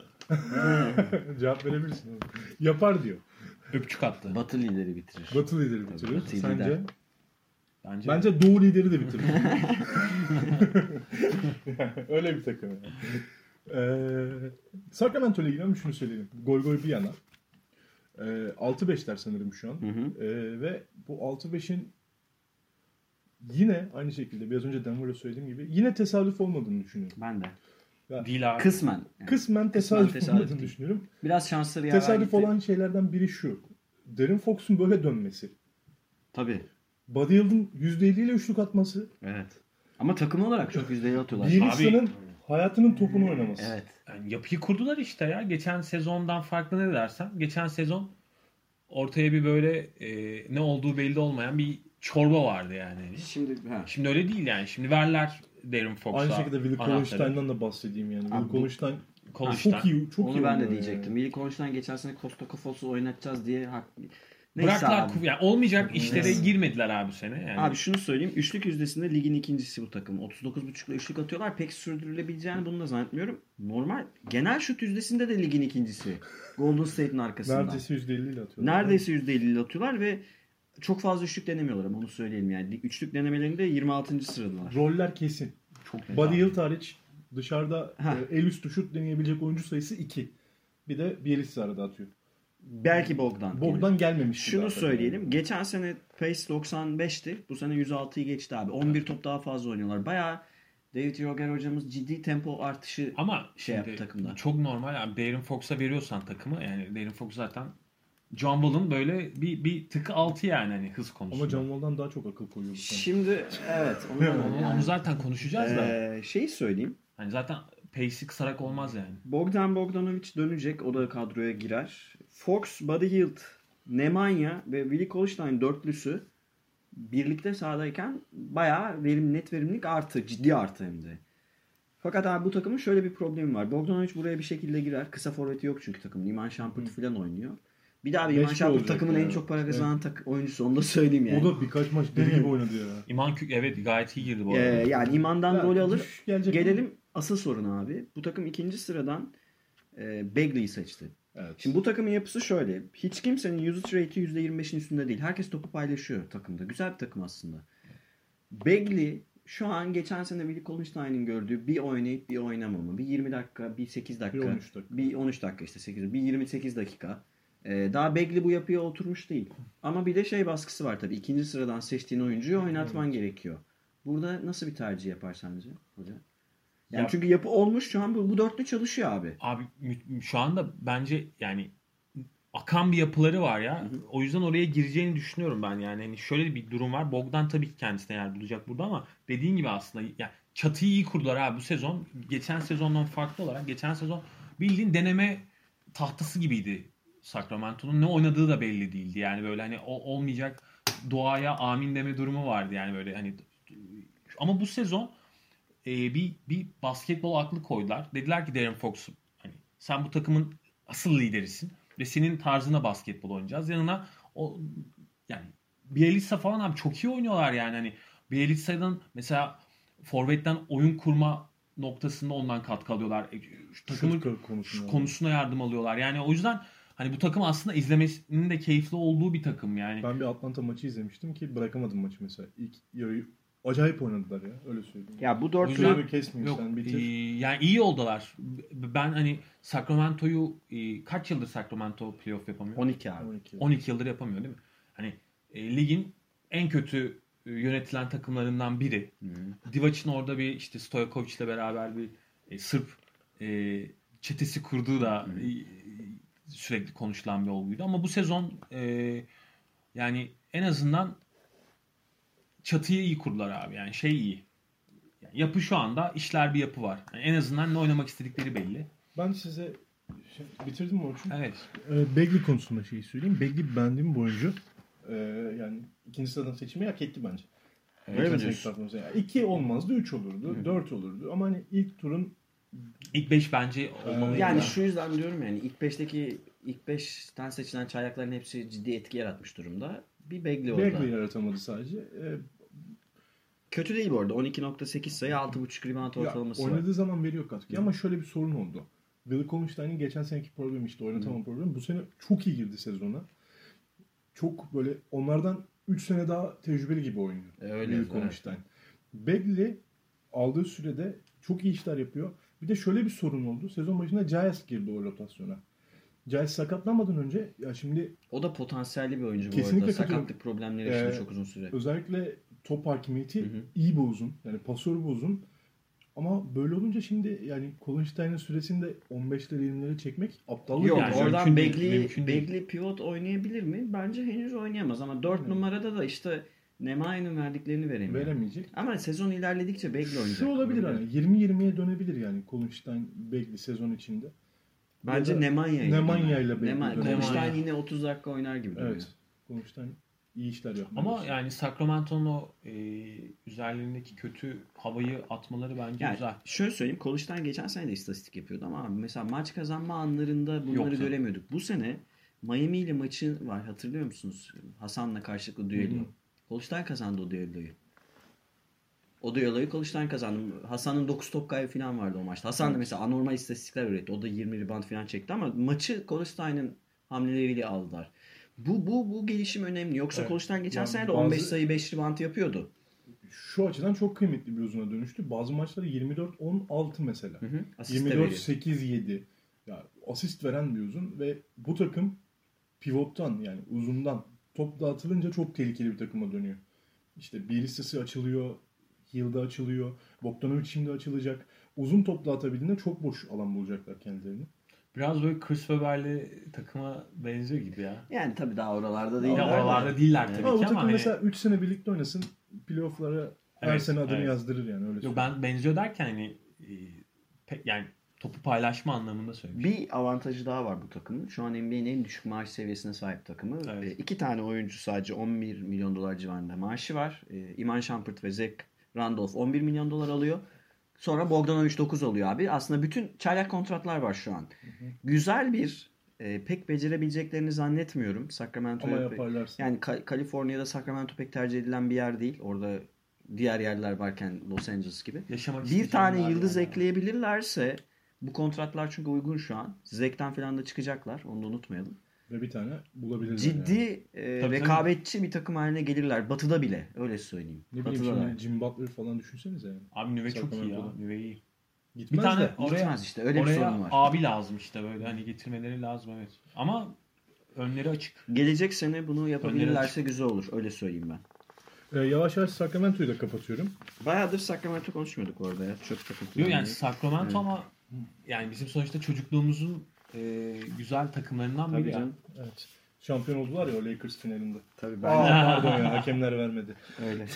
Cevap verebilirsin. oğlum. Yapar diyor. Öpçük attı. Batı lideri bitirir. Batı lideri bitirir. Batı Sence? lider. Bence, Bence Doğu lideri de bitirir. Yani öyle bir takım. Yani. Ee, Sacramento ile ilgili şunu söyleyeyim. Gol gol bir yana. Ee, altı beşler sanırım şu an. Hı hı. Ee, ve bu altı beşin yine aynı şekilde biraz önce Denver'da söylediğim gibi yine tesadüf olmadığını düşünüyorum. Ben de. değil abi. Kısmen. Yani. Kısmen tesadüf, tesadüf olmadığını değil. düşünüyorum. Biraz şansları yaver Tesadüf gitti. olan şeylerden biri şu. Darren Fox'un böyle dönmesi. Tabii. Buddy Hield'ın yüzde elli ile üçlük atması. Evet. Ama takım olarak çok yüzdeli atıyorlar. Bielitsa'nın hayatının topunu oynaması. Evet. Yani yapıyı kurdular işte ya. Geçen sezondan farklı ne dersen. Geçen sezon ortaya bir böyle e, ne olduğu belli olmayan bir çorba vardı yani. Şimdi ha. Şimdi öyle değil yani. Şimdi verler Darren Fox'a. Aynı şekilde Willi anahtarı. Kolonstein'dan da bahsedeyim yani. Willi Abi bu- Kolonstein Kolonstein. çok iyi, çok iyi Onu ben de oynuyor diyecektim. yani. Willi Kolonstein geçen sene Costa Kafos'u oynatacağız diye hak... Neyse Bıraktılar. abi. Yani olmayacak işlere Neyse. girmediler abi bu sene. Yani. Abi şunu söyleyeyim. Üçlük yüzdesinde ligin ikincisi bu takım. otuz dokuz buçukla üçlük atıyorlar. Pek sürdürülebileceğini bunu da zannetmiyorum. Normal. Genel şut yüzdesinde de ligin ikincisi. Golden State'in arkasında. Neredeyse yüzde elli ile atıyorlar. Neredeyse yüzde elli ile atıyorlar ve çok fazla üçlük denemiyorlar ama onu söyleyelim yani. Üçlük denemelerinde yirmi altıncı sıradalar. Roller kesin. Çok net Buddy abi. Hield hariç dışarıda Ha. e, el üstü şut deneyebilecek oyuncu sayısı iki. Bir de Bielitsa arada atıyor. Belki Bogdan. Bogdan gelmemiş. Şunu söyleyelim. Geçen sene pace doksan beşti. Bu sene yüz altıyı geçti abi. on bir top daha fazla oynuyorlar. Bayağı David Roger hocamız ciddi tempo artışı Ama şey şimdi yaptı takımda. çok normal abi. Darren Fox'a veriyorsan takımı yani Darren Fox zaten John Wall'ın böyle bir bir tık altı yani hani hız konusunda. Ama John Wall'dan daha çok akıl koyuyor bu sene. Şimdi evet. Onu, onu, onu zaten konuşacağız da. Ee, şeyi söyleyeyim. Hani zaten pace'i kısarak olmaz yani. Bogdan Bogdanovic dönecek. O da kadroya girer. Fox, Buddy Hield, Nemanja ve Willi Kolonstein dörtlüsü birlikte sahadayken bayağı verim, net verimlilik artı. Ciddi artı hem de. Fakat abi bu takımın şöyle bir problemi var. Bogdanovic buraya bir şekilde girer. Kısa forveti yok çünkü takım. Iman Shumpert falan oynuyor. Bir daha bir Beş Iman bir Shumpert olacak takımın ya. en çok para kazanan tak- oyuncusu. Onu da söyleyeyim yani. O da birkaç maç deli gibi oynadı ya. İman Kü- evet gayet iyi girdi bu Ee, arada. yani İman'dan Ya, rol alır. düş gelecek Gelelim asıl sorun abi. Bu takım ikinci sıradan e, Bagley'i seçti. Evet. Şimdi bu takımın yapısı şöyle. Hiç kimsenin usage rate'i yüzde yirmi beşin üstünde değil. Herkes topu paylaşıyor takımda. Güzel bir takım aslında. Bagley şu an geçen sene Willi Kolonstein'in gördüğü bir oynayıp bir oynamamı. Bir yirmi dakika, bir sekiz dakika. Bir on üç dakika. Bir on üç dakika işte sekiz. Bir yirmi sekiz dakika. Ee, daha Bagley bu yapıya oturmuş değil. Ama bir de şey baskısı var tabii. İkinci sıradan seçtiğin oyuncuyu oynatman gerekiyor. Burada nasıl bir tercih yapar sence hoca? Yani Ya- çünkü yapı olmuş şu an bu, bu dörtlü çalışıyor abi. Abi mü- şu anda bence yani akan bir yapıları var ya. O yüzden oraya gireceğini düşünüyorum ben yani. Hani şöyle bir durum var. Bogdan tabii ki kendisine yer bulacak burada ama dediğin gibi aslında yani çatıyı iyi kurdular abi bu sezon. Geçen sezondan farklı olarak geçen sezon bildiğin deneme tahtası gibiydi Sacramento'nun. Ne oynadığı da belli değildi. Yani böyle hani o olmayacak doğaya amin deme durumu vardı yani böyle hani ama bu sezon e, bir bir basketbol aklı koydular. Dediler ki Darren Fox hani sen bu takımın asıl liderisin ve senin tarzına basketbol oynayacağız. Yanına o yani Bielitsa falan abi çok iyi oynuyorlar yani hani Bielitsa'dan mesela forvetten oyun kurma noktasında ondan katkı alıyorlar. E, Şu takımın Şut konusunda. şu konusuna yardım alıyorlar. Yani o yüzden hani bu takım aslında izlemesinin de keyifli olduğu bir takım yani. Ben bir Atlanta maçı izlemiştim ki bırakamadım maçı mesela. İlk yarıyı acayip oynadılar ya. Öyle söyleyeyim. Ya bu O dörtlü yüzden- Süremi kesmeyeyim Yok, sen bitir. e, yani iyi oldular. B- Ben hani Sacramento'yu e, kaç yıldır Sacramento playoff yapamıyor? on iki abi. on iki. on iki yıldır yapamıyor değil mi? Hani e, ligin en kötü e, yönetilen takımlarından biri. Divac'ın orada bir işte Stojkovic'le beraber bir e, Sırp e, çetesi kurduğu da e, sürekli konuşulan bir olguydu. Ama bu sezon e, yani en azından çatıyı iyi kurdular abi. Yani şey iyi. Yani yapı şu anda işler bir yapı var. Yani en azından ne oynamak istedikleri belli. Ben size şey, bitirdim mi Orçun? Evet. Ee, Bagley konusunda şeyi söyleyeyim. Bagley beğendiğim bir oyuncu. Ee, yani ikinci sıradan seçimi hak etti bence. Öyle mi Geçen diyorsun? seneki performansı. Yani iki olmazdı, üç olurdu, dört olurdu. Ama hani ilk turun İlk beş bence olmalıydı. Yani ya. şu yüzden diyorum yani ilk beşteki ilk beşten seçilen çaylakların hepsi ciddi etki yaratmış durumda. Bir Bagley orada. Bagley yaratamadı sadece. Ee, Kötü değil bu arada. on iki nokta sekiz sayı altı buçuk rebound ya, ortalaması var. oynadığı zaman veriyor katkı. Ama şöyle bir sorun oldu. Willi Kolonstein'in geçen seneki problemi işte oynatamam problemi. Bu sene çok iyi girdi sezona. Çok böyle onlardan üç sene daha tecrübeli gibi oynuyor. E, öyle, Willi evet. Kolonstein. Bagley aldığı sürede çok iyi işler yapıyor. Bir de şöyle bir sorun oldu. Sezon başında Giles girdi o rotasyona. Giles sakatlanmadan önce ya şimdi O da potansiyelli bir oyuncu bu Kesinlikle arada. katılıyorum. Sakatlık problemleri yaşadı Ee, çok uzun süre. özellikle top hakimiyeti Hı hı. iyi bir uzun. Yani pasör bir uzun. Ama böyle olunca şimdi yani Kolonstein'in süresinde on beşleri yirmileri çekmek aptallık. Yok yani oradan mümkün değil, Bagley, mümkün değil. Bagley pivot oynayabilir mi? Bence henüz oynayamaz ama dört Evet. numarada da işte Nemai'nin verdiklerini veremiyor. Veremeyecek. Ama sezon ilerledikçe Bagley oynayacak. Şu olabilir hani yirmi yirmiye dönebilir yani Kolunstein Bagley sezon içinde. Bence Nemanja ile. Nemanja ile Bagley Nema- dönebilir. Kolunstein yine otuz dakika oynar gibi duruyor. Evet. Kolunstein iyi işler yapmıyor. Ama yani Sacramento'nun o e, üzerlerindeki kötü havayı atmaları bence Yani güzel. şöyle söyleyeyim, Kolunstein geçen sene de istatistik yapıyordu ama abi mesela maç kazanma anlarında bunları Yoktu. göremiyorduk. Bu sene Miami ile maçı var, hatırlıyor musunuz? Hasan'la karşılıklı düello. Kolunstein kazandı o düelloyu. O düelloyu Kolunstein kazandı. Hasan'ın dokuz top kaybı falan vardı o maçta. Hasan da mesela anormal istatistikler üretti. O da yirmi rebound falan çekti ama maçı Kolunstein'in hamleleriyle aldılar. Bu bu bu gelişim önemli. Yoksa Evet. Kolunstein geçen Yani sene de bazı- on beş sayı beş rebound yapıyordu. Şu açıdan çok kıymetli bir uzuna dönüştü. Bazı maçları yirmi dört on altı mesela. Hı hı. Asist de yirmi dört veriyor. sekiz yedi. Ya asist veren bir uzun ve bu takım pivottan yani uzundan top dağıtılınca çok tehlikeli bir takıma dönüyor. İşte bir listesi açılıyor, Hill'da açılıyor, Bogdanovic şimdi açılacak. Uzun top dağıtabildiğinde çok boş alan bulacaklar kendilerini. Biraz böyle Chris Webber'li takıma benziyor gibi ya. Yani tabii daha oralarda değil. Ya oralarda değiller tabii Ama bu ki takım ama hani, mesela üç sene birlikte oynasın, playoff'lara her Evet, sene adını evet. yazdırır yani öyle yok ben benziyor derken hani e, pe- yani topu paylaşma anlamında söylemiştim. Bir avantajı daha var bu takımın. Şu an N B A'nin en düşük maaş seviyesine sahip takımı. Evet. E, iki tane oyuncu sadece on bir milyon dolar civarında maaşı var. E, Iman Shumpert ve Zach Randolph on bir milyon dolar alıyor. Sonra Bogdanovic dokuz alıyor abi. Aslında bütün çaylak kontratlar var şu an. Güzel bir e, pek becerebileceklerini zannetmiyorum. Sacramento'ya ama pek- yaparlarsa. Yani Ka- Kaliforniya'da Sacramento pek tercih edilen bir yer değil. Orada diğer yerler varken Los Angeles gibi. Yaşamak Bir isteyeceğim tane yer yıldız yani. ekleyebilirlerse bu kontratlar çünkü uygun şu an. Zek'ten falan da çıkacaklar. Onu da unutmayalım. Ve bir tane bulabilirler Ciddi yani. e, Tabii, rekabetçi bir takım haline gelirler. Batı'da bile. Öyle söyleyeyim. Ne bileyim Batı'da da. şimdi Jim Butler falan düşünsenize yani. Abi Nüve çok iyi ya. Sacramento'da. Nüve iyi. Gitmez Bir tane de. oraya, Gitmez işte. Öyle bir oraya sorun var. abi lazım işte böyle hani getirmeleri lazım evet. Ama önleri açık. Gelecek sene bunu Önleri yapabilirlerse açık. güzel olur. Öyle söyleyeyim ben. Ee, yavaş yavaş Sacramento'yu da kapatıyorum. Bayağıdır Sacramento konuşmuyorduk orada ya. Çok takıntılı. Yok yani Sacramento Evet. ama yani bizim sonuçta çocukluğumuzun e, güzel takımlarından Tabii biri. ya. canım. Evet. Şampiyon oldular ya o Lakers finalinde. Tabii ben Aa, pardon ya hakemler vermedi. öyle.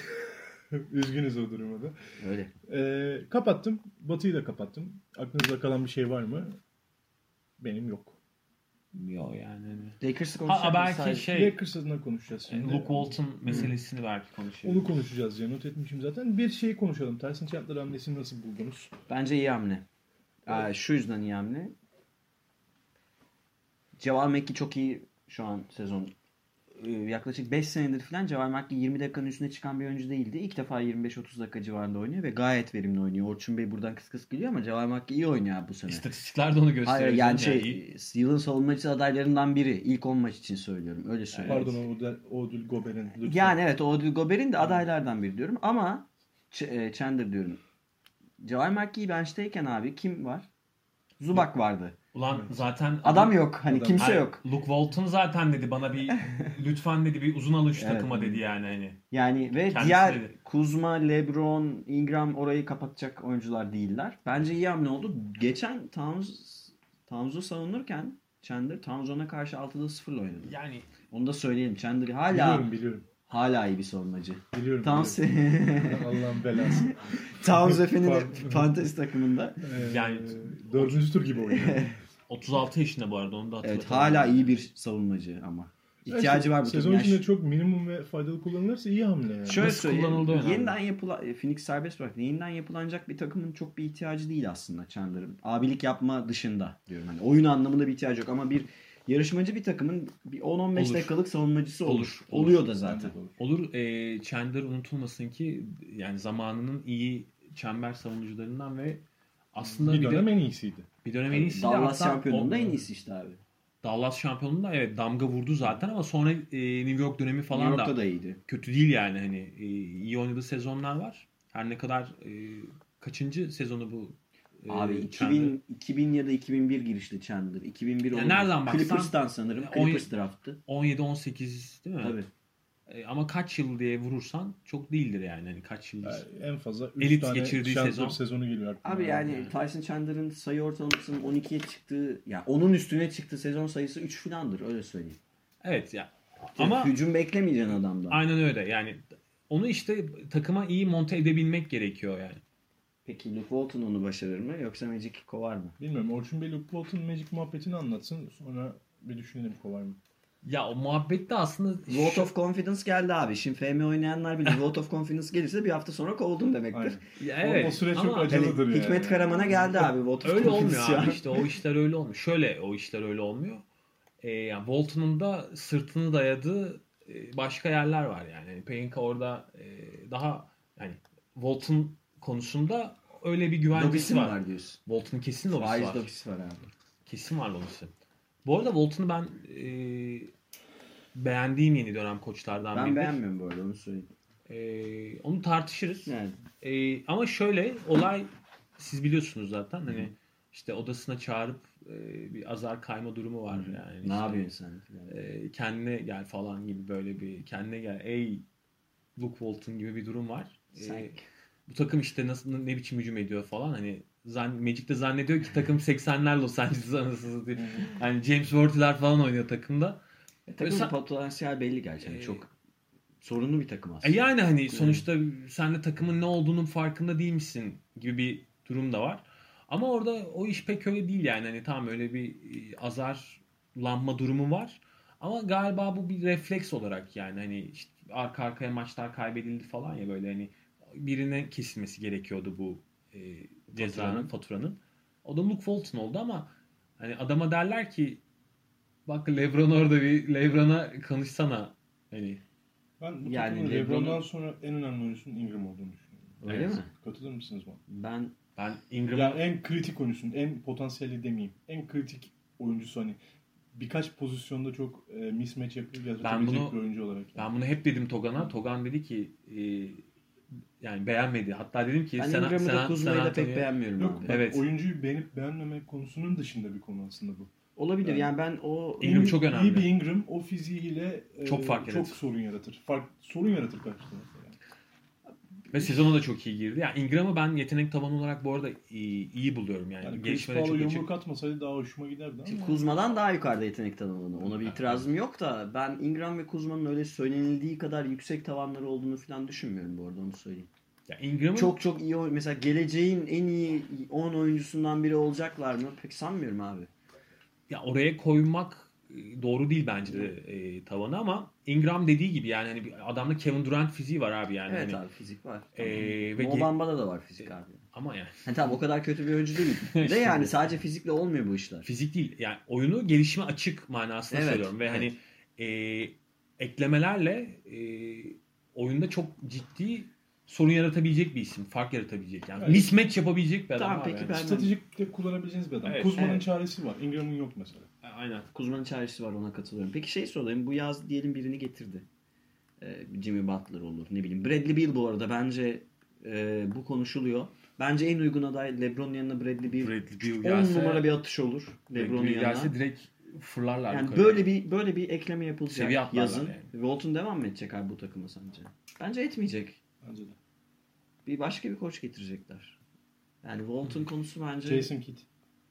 Üzgünüz o durumda. Öyle. Ee, kapattım. Batı'yı da kapattım. Aklınızda kalan bir şey var mı? Benim yok. Yok yani. hani. Lakers'ı Ha, konuşacak belki sadece. şey Lakers adına konuşacağız e, şimdi. Luke Walton meselesini belki konuşuyoruz. Onu konuşacağız diye not etmişim zaten. Bir şey konuşalım. Tyson Chandler hamlesini nasıl buldunuz? Bence iyi hamle. Aa, şu yüzden iyi hamle. Ceval McGee çok iyi şu an sezon. Ee, Yaklaşık beş senedir falan Ceval McGee yirmi dakikanın üstüne çıkan bir oyuncu değildi. İlk defa yirmi beş otuz dakika civarında oynuyor ve gayet verimli oynuyor. Orçun Bey buradan kıs kıs geliyor ama Ceval McGee iyi oynuyor abi bu sene. İstatistikler de onu gösteriyor. Hayır yani canım şey iyi. yılın savunmacı adaylarından biri. İlk on maç için söylüyorum. Öyle söyleyeyim. Pardon o Odell- Odell Gobert'in. lütfen. Yani evet o Odell Gobert'in de adaylardan biri diyorum ama Ch- e, Chandler diyorum. Ceval McGee bench'teyken abi kim var? Zubac vardı. Ulan zaten Adam yok. Hani Adam- kimse Hayır, yok. Luke Walton zaten dedi bana bir lütfen dedi bir uzun alış Evet. takıma dedi yani hani. Yani ve Kendisi diğer dedi. Kuzma, LeBron, Ingram orayı kapatacak oyuncular değiller. Bence iyi hamle oldu. Geçen Towns Towns'u savunurken Chandler Towns ona karşı altıda sıfırla oynadı. Yani Onu da söyleyelim. Chandler hala Biliyorum biliyorum. hala iyi bir savunmacı. Biliyorum. Towns biliyorum. Allah'ın belası. Towns Efe'nin Pardon. fantezi takımında. Ee, Yani- dördüncü tur gibi oynuyor. otuz altı yaşında bu arada onu da hatırlatalım. Evet hala iyi bir savunmacı ama. İhtiyacı var bu Sezon takımın. içinde çok minimum ve faydalı kullanılırsa iyi hamle yani. Şöyle Nasıl söyleyeyim. kullanıldığı önemli. Yeniden yapılan Phoenix serbest bırak. Yeniden yapılanacak bir takımın çok bir ihtiyacı değil aslında Chandler'ın. Abilik yapma dışında diyorum. Hani oyun anlamında bir ihtiyacı yok ama bir yarışmacı bir takımın bir on on beş Olur. dakikalık savunmacısı olur. Olur, olur. Oluyor da zaten. Olur e, Chandler unutulmasın ki yani zamanının iyi çember savunucularından ve aslında Bir bir, dönem de en iyisiydi. bir dönem en iyisi. Dallas hatta şampiyonluğunda o- en iyisi işte abi. Dallas şampiyonluğunda evet damga vurdu zaten ama sonra e, New York dönemi New falan York'ta da da iyiydi. kötü değil yani hani e, iyi oynadığı sezonlar var. Her ne kadar e, kaçıncı sezonu bu e, Abi Chandler? iki bin, iki bin ya da iki bin bir girişli Chandler. iki bin bir Ya oldu. nereden baksan- Clippers'tan sanırım. on- Clippers draftı. on yedi on sekiz değil mi? Tabii. E, ama kaç yıl diye vurursan çok değildir yani. Hani kaç yıl. Yani en fazla üç Elit tane geçirdiği Chandler sezon. sezonu geliyor aklıma. Abi yani Tyson Chandler'ın sayı ortalamasının on ikiye çıktığı, yani onun üstüne çıktığı sezon sayısı üç filandır öyle söyleyeyim. Evet ya. Ama Ama hücum beklemeyeceksin adamdan. aynen öyle. Yani onu işte takıma iyi monte edebilmek gerekiyor yani. Peki Luke Walton onu başarır mı yoksa Magic kovar mı? Bilmiyorum. Orçun Bey Luke Walton Magic muhabbetini anlatsın. Sonra bir düşünelim kovar mı? Ya o muhabbette aslında Vote of Confidence geldi abi. Şimdi F M oynayanlar bile Vote of Confidence gelirse bir hafta sonra kovuldun demektir. Aynen. Ya O- evet, o süreç ama çok Yani acılıdır yani. Hikmet Karaman'a geldi abi Vote of öyle Confidence olmuyor ya. abi işte o işler öyle olmuyor. Şöyle o işler öyle olmuyor. Ee, yani Bolton'un da sırtını dayadığı e, başka yerler var yani. Yani Pelinka orada e, daha yani Bolton konusunda öyle bir güvencesi Lobisi mi var. var diyorsun? Bolton'un kesin lobisi Faiz var. lobisi var abi. Kesin var lobisi. Bu arada Bolton'u ben e, beğendiğim yeni dönem koçlardan Ben biridir. beğenmiyorum bu arada onu söyleyeyim. E, onu tartışırız. Yani E, ama şöyle olay siz biliyorsunuz zaten hani işte odasına çağırıp e, bir azar kayma durumu var yani. ne İşte, yapıyorsun sen? Yani. e, kendine gel falan gibi böyle bir kendine gel ey Luke Walton gibi bir durum var. E, Sen- bu takım işte nasıl ne biçim hücum ediyor falan hani zan, Magic de zannediyor ki takım seksenler Los Angeles anasını satayım. Yani James Worthy'ler falan oynuyor takımda. E, takımın Sen- potansiyel belli gerçekten. Ee, Çok sorunlu bir takım E aslında. yani hani sonuçta sen de takımın ne olduğunun farkında değil misin gibi bir durum da var. Ama orada o iş pek öyle değil yani. Hani tamam öyle bir e, azarlanma durumu var. Ama galiba bu bir refleks olarak yani hani işte arka arkaya maçlar kaybedildi falan ya böyle hani birine kesilmesi gerekiyordu bu e, cezanın, faturanın. O da Luke Walton oldu ama hani adama derler ki bak LeBron orada bir LeBron'a konuşsana hani. Ben bu Yani takımın LeBron'un- LeBron'dan sonra en önemli oyuncusunun Ingram olduğunu düşünüyorum. Öyle Evet. mi? Katılır mısınız bana? Ben Ben Ingram'ı Yani en kritik oyuncusun, en potansiyelli demeyeyim. En kritik oyuncusu hani birkaç pozisyonda çok e, mismatch yapıp yaratabilecek bunu- bir oyuncu olarak. Ben bunu hep dedim Togan'a. Togan dedi ki e, yani beğenmedi. Hatta dedim ki ben sen Ingram'ı da sen Kuzma'yı da San pek Antonio- beğenmiyorum Yok abi. bak, Evet. oyuncuyu beğenip beğenmemek konusunun dışında bir konu aslında bu. Olabilir Yani- yani ben o Ingram İyi- çok önemli. İyi bir Ingram o fiziğiyle e, Çok fark çok yaratır. sorun yaratır. Fark, sorun yaratır karşısında. Yani. Ve sezona da çok iyi girdi. Yani Ingram'ı ben yetenek tavanı olarak bu arada iyi, iyi buluyorum yani. Yani Chris Gelişmede Paul'a çok açık. yumruk atmasaydı daha hoşuma giderdi ama. Kuzma'dan daha yukarıda yetenek tavanı. Ona bir itirazım yok da ben Ingram ve Kuzma'nın öyle söylenildiği kadar yüksek tavanları olduğunu falan düşünmüyorum bu arada onu söyleyeyim. Ya Ingram'ın Çok çok iyi oy- mesela geleceğin en iyi on oyuncusundan biri olacaklar mı? Pek sanmıyorum abi. ya oraya koymak e, doğru değil bence de e, tavanı ama Ingram dediği gibi yani hani bir adamda Kevin Durant fiziği var abi yani. Evet hani, abi fizik var. Ee, Tamam. ve Mo ge- Bamba'da da var fizik abi. ama yani Hani tamam o kadar kötü bir oyuncu değil. De yani sadece fizikle olmuyor bu işler. fizik değil. Yani oyunu gelişime açık manasında Evet, söylüyorum ve evet. hani e, eklemelerle e, oyunda çok ciddi sorun yaratabilecek bir isim. Fark yaratabilecek. Yani Evet. mismatch yapabilecek bir adam Tamam, abi. peki yani. ben- Stratejik de kullanabileceğiniz bir adam. Evet, Kuzma'nın evet. çaresi var. Ingram'ın yok mesela. Aynen. Kuzma'nın çaresi var ona katılıyorum. Peki şey sorayım bu yaz diyelim birini getirdi. Ee, Jimmy Butler olur ne bileyim. Bradley Beal bu arada bence e, bu konuşuluyor. Bence en uygun aday LeBron'un yanına Bradley Beal. Bradley Beal on gelse, numara bir atış olur LeBron'un Bradley Beal yanına. gelse direkt fırlarlar. Yani yukarı. böyle bir böyle bir ekleme yapılacak Seviye atlarlar yazın. yani. Walton devam mı edecek abi bu takıma sence? Bence etmeyecek. Bence de. Bir başka bir koç getirecekler. Yani Walton konusu bence Jason Kidd.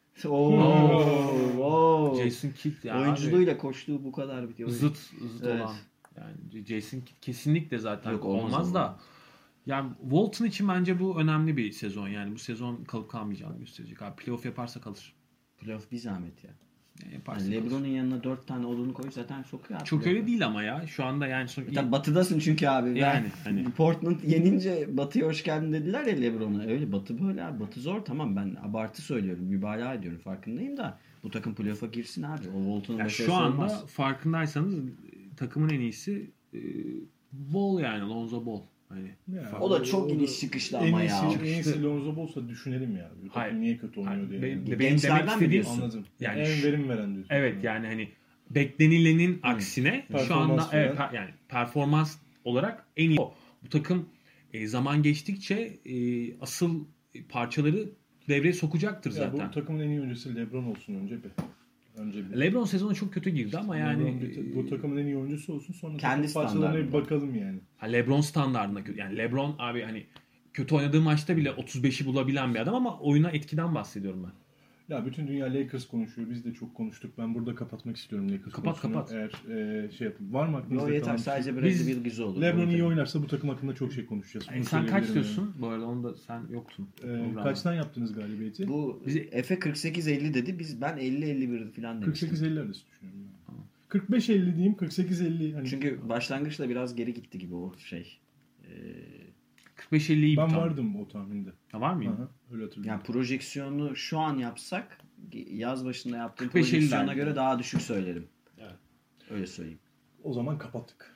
Oo, wow. Jason Kidd ya Oyunculuğuyla koçluğu bu kadar bitiyor. abi, zıt zıt Evet. olan. Yani Jason Kidd kesinlikle zaten Yok, olmaz, olmaz da. olmaz. Yani Walton için bence bu önemli bir sezon. Yani bu sezon kalıp kalmayacağını gösterecek. Abi playoff yaparsa kalır. Playoff bir zahmet ya. Yani yaparsa Yani kalır. LeBron'un yanına dört tane odunu koy zaten sokuyor. abi Çok playoff'a. öyle değil ama ya. Şu anda yani son... Tabii batıdasın çünkü abi. Yani, Ben- hani. Portland yenince batıya hoş geldin dediler ya LeBron'a. Öyle batı böyle abi. Batı zor tamam ben abartı söylüyorum. Mübalağa ediyorum farkındayım da. Bu takım playoff'a girsin abi. O Walton'un Yani başarısı şu anda olmaz. farkındaysanız e, takımın en iyisi e, Ball yani Lonzo Ball. Hani Yani O da çok o da iniş çıkışlı en ama iyisi, ya. En iyisi Lonzo Ball'sa düşünelim ya. Bu takım Hayır. niye kötü oynuyor Hayır, diye. benim- Yani. benim Gençlerden demek mi istediğim diyorsun? Anladım. Yani Yani en şu- verim veren diyorsun. evet yani hani beklenilenin aksine şu Performans anda evet, veren. per- yani performans olarak en iyi o. Bu takım e, zaman geçtikçe e, asıl parçaları devreye sokacaktır Ya zaten. bu takımın en iyi oyuncusu LeBron olsun önce bir. Önce bir. LeBron sezonu çok kötü girdi ama yani LeBron bir- bu takımın en iyi oyuncusu olsun sonra Kendi takım parçalarına bir standartında. bakalım yani. Ha, LeBron standartında kötü. Yani LeBron abi hani kötü oynadığı maçta bile otuz beşi bulabilen bir adam ama oyuna etkiden bahsediyorum ben. Ya bütün dünya Lakers konuşuyor. Biz de çok konuştuk. Ben burada kapatmak istiyorum Lakers Kapat, konusunu. kapat. Eğer e, şey yapın. Var mı aklınızda Yo yeter kalan bir sadece şey? Bradley Biz- Beal güzel olur. LeBron Onu iyi tabii. oynarsa bu takım hakkında çok şey konuşacağız. E, Bunu sen kaç söyleyebilirim diyorsun? Bu arada onda sen yoktun. yani. Ee, Programda. kaçtan yaptınız galibiyeti? Bu Bizi- Efe kırk sekiz elli dedi. Biz ben elli elli bir falan demiştim. kırk sekiz elli arası düşünüyorum. Ben. kırk beş elli diyeyim. kırk sekiz elli. Hani Çünkü başlangıçta biraz geri gitti gibi o şey. Ee, kırk beş elli iyi bir ben tahmin. vardım o tahminde. Ha, var mıyım? Aha, öyle hatırlıyorum. yani projeksiyonu şu an yapsak yaz başında yaptığım kırk beş elli projeksiyona derdim. göre daha düşük söylerim. Evet. Öyle söyleyeyim. O zaman kapattık.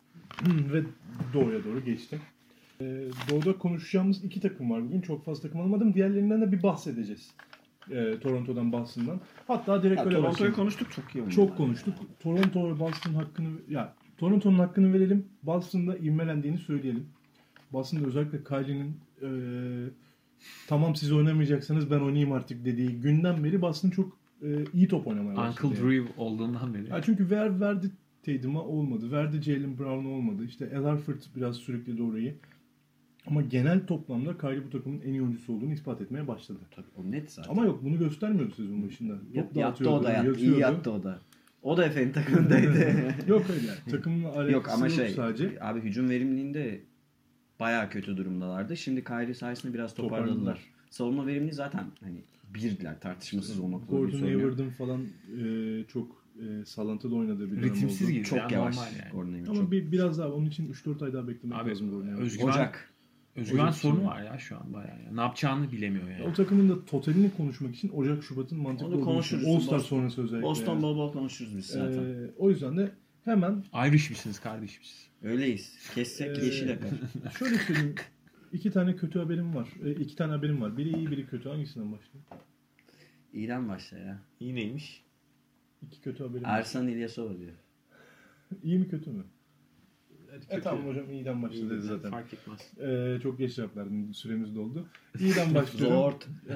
Ve Doğu'ya doğru geçtim. Ee, Doğu'da konuşacağımız iki takım var bugün. Çok fazla takım almadım. Diğerlerinden de bir bahsedeceğiz. Ee, Toronto'dan, Boston'dan. Hatta direkt Ya, öyle Toronto'yu başlayalım. konuştuk çok iyi oynadı. Çok konuştuk. Toronto ve Boston hakkını... Ya Toronto'nun hakkını verelim. Boston'da ivmelendiğini söyleyelim. Boston'da özellikle Kylie'nin e, tamam siz oynamayacaksanız ben oynayayım artık dediği günden beri Boston çok e, iyi top oynamaya başladı. Uncle yani. Drew olduğundan beri. Ya çünkü ver verdi Tatum'a olmadı. Verdi Jaylen Brown olmadı. İşte Al Horford biraz sürükledi orayı. Ama genel toplamda Kyrie bu takımın en iyi oyuncusu olduğunu ispat etmeye başladı. Tabii, o net zaten. Ama yok bunu göstermiyordu sezon başında. Top Yap- yattı dağıtıyordu, o da yattı. İyi yatıyordu. yattı o da. O da Efe'nin takımındaydı. Yok öyle yani. Takımın alakası Yok ama yok şey sadece. abi hücum verimliliğinde bayağı kötü durumdalardı. Şimdi Kyrie sayesinde biraz toparladılar. Toparladılar. Savunma verimliliği zaten hani birdiler tartışmasız o noktada bir Gordon sorun yok. Hayward'ın falan e, çok e, sallantılı oynadığı bir dönem Ritimsiz oldu. gibi. Çok yani yavaş. normal yani. Gordon Hayward Ama çok. bir, biraz daha onun için üç dört ay daha beklemek Abi, lazım Gordon Hayward'ı. özgüven- Ocak. Özgüven Ocak sorunu sonu. var ya şu an bayağı. Ya. Ne yapacağını bilemiyor yani. O takımın da totalini konuşmak için Ocak Şubat'ın mantıklı Onu olduğunu konuşuruz. düşünüyorum. All-Star Boston- sonrası özellikle. Boston yani. bol bol konuşuruz biz zaten. Ee, o yüzden de hemen Irish misiniz kardeşim siz? Öyleyiz. Kessek Ee, yeşil yakar. şöyle söyleyeyim. İki tane kötü haberim var. E, iki tane haberim var. Biri iyi biri kötü. Hangisinden başlayayım? İyiden başla ya. İyi neymiş? İki kötü haberim var. Ersan İlyasova diyor. İyi mi kötü mü? Hadi E tamam hocam iyiden başla dedi zaten. Fark etmez. Ee, çok geç cevap verdim. Süremiz doldu. İyiden başlıyorum. Zor.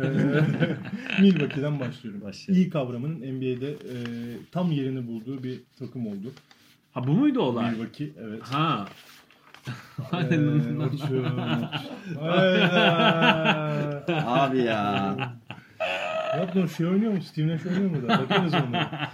Ee, Milwaukee'den başlıyorum. Başlayalım. İyi kavramının N B A'de e, tam yerini bulduğu bir takım oldu. Ha bu muydu olay? Milwaukee evet. Ha. Ee, uçuyorum. Hayda. Abi ya. Ne yaptın o şey oynuyor mu? Steve Nash oynuyor mu da? Bakarız onlara.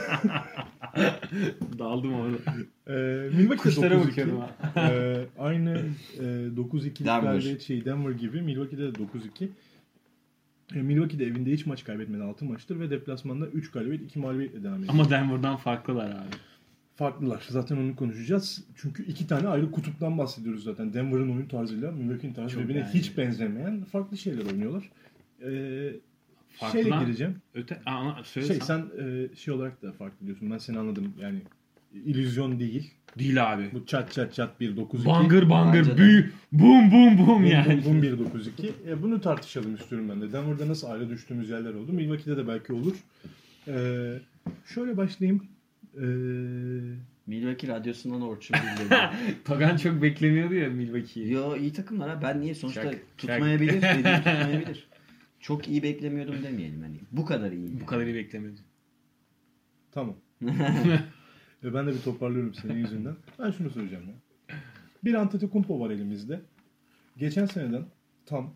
Daldım orada. Ee, Milwaukee Kuşlara dokuz iki. bakıyorum ha. Ee, aynı e, dokuz ikilik Denver. galibiyet şey Denver gibi Milwaukee'de de dokuz iki. E, Milwaukee'de evinde hiç maç kaybetmedi altı maçtır ve deplasmanda üç galibiyet iki mağlubiyetle devam ediyor. Ama Denver'dan farklılar abi. Farklılar. Zaten onu konuşacağız. Çünkü iki tane ayrı kutuptan bahsediyoruz zaten. Denver'ın oyun tarzıyla Milwaukee'nin tarzı Çok birbirine yani. hiç benzemeyen farklı şeyler oynuyor. Ee, Farklıdan- şeyle gireceğim. Öte Aa, söyle Şey sen. sen e, şey olarak da farklı diyorsun. Ben seni anladım. Yani illüzyon değil. Değil abi. Bu çat çat çat bir dokuz iki. Bangır bangır Bence de. büyü bum bum bum Bum yani. bum bir dokuz iki. E, bunu tartışalım istiyorum ben de. Denver'da nasıl ayrı düştüğümüz yerler oldu. Milwaukee'de de belki olur. Ee, şöyle başlayayım. Ee, Milwaukee radyosundan Orçun bildirdi. Pagan çok beklemiyordu ya Milwaukee'yi. Yo iyi takımlar ha. Ben niye sonuçta Şak, tutmayabilir. Dediğim tutmayabilir. Çok iyi beklemiyordum demeyelim hani. Bu kadar iyi. Bu kadar iyi beklemiyordum. tamam. Ve ben de bir toparlıyorum senin yüzünden. Ben şunu söyleyeceğim ya. Bir Antetokounmpo var elimizde. Geçen seneden tam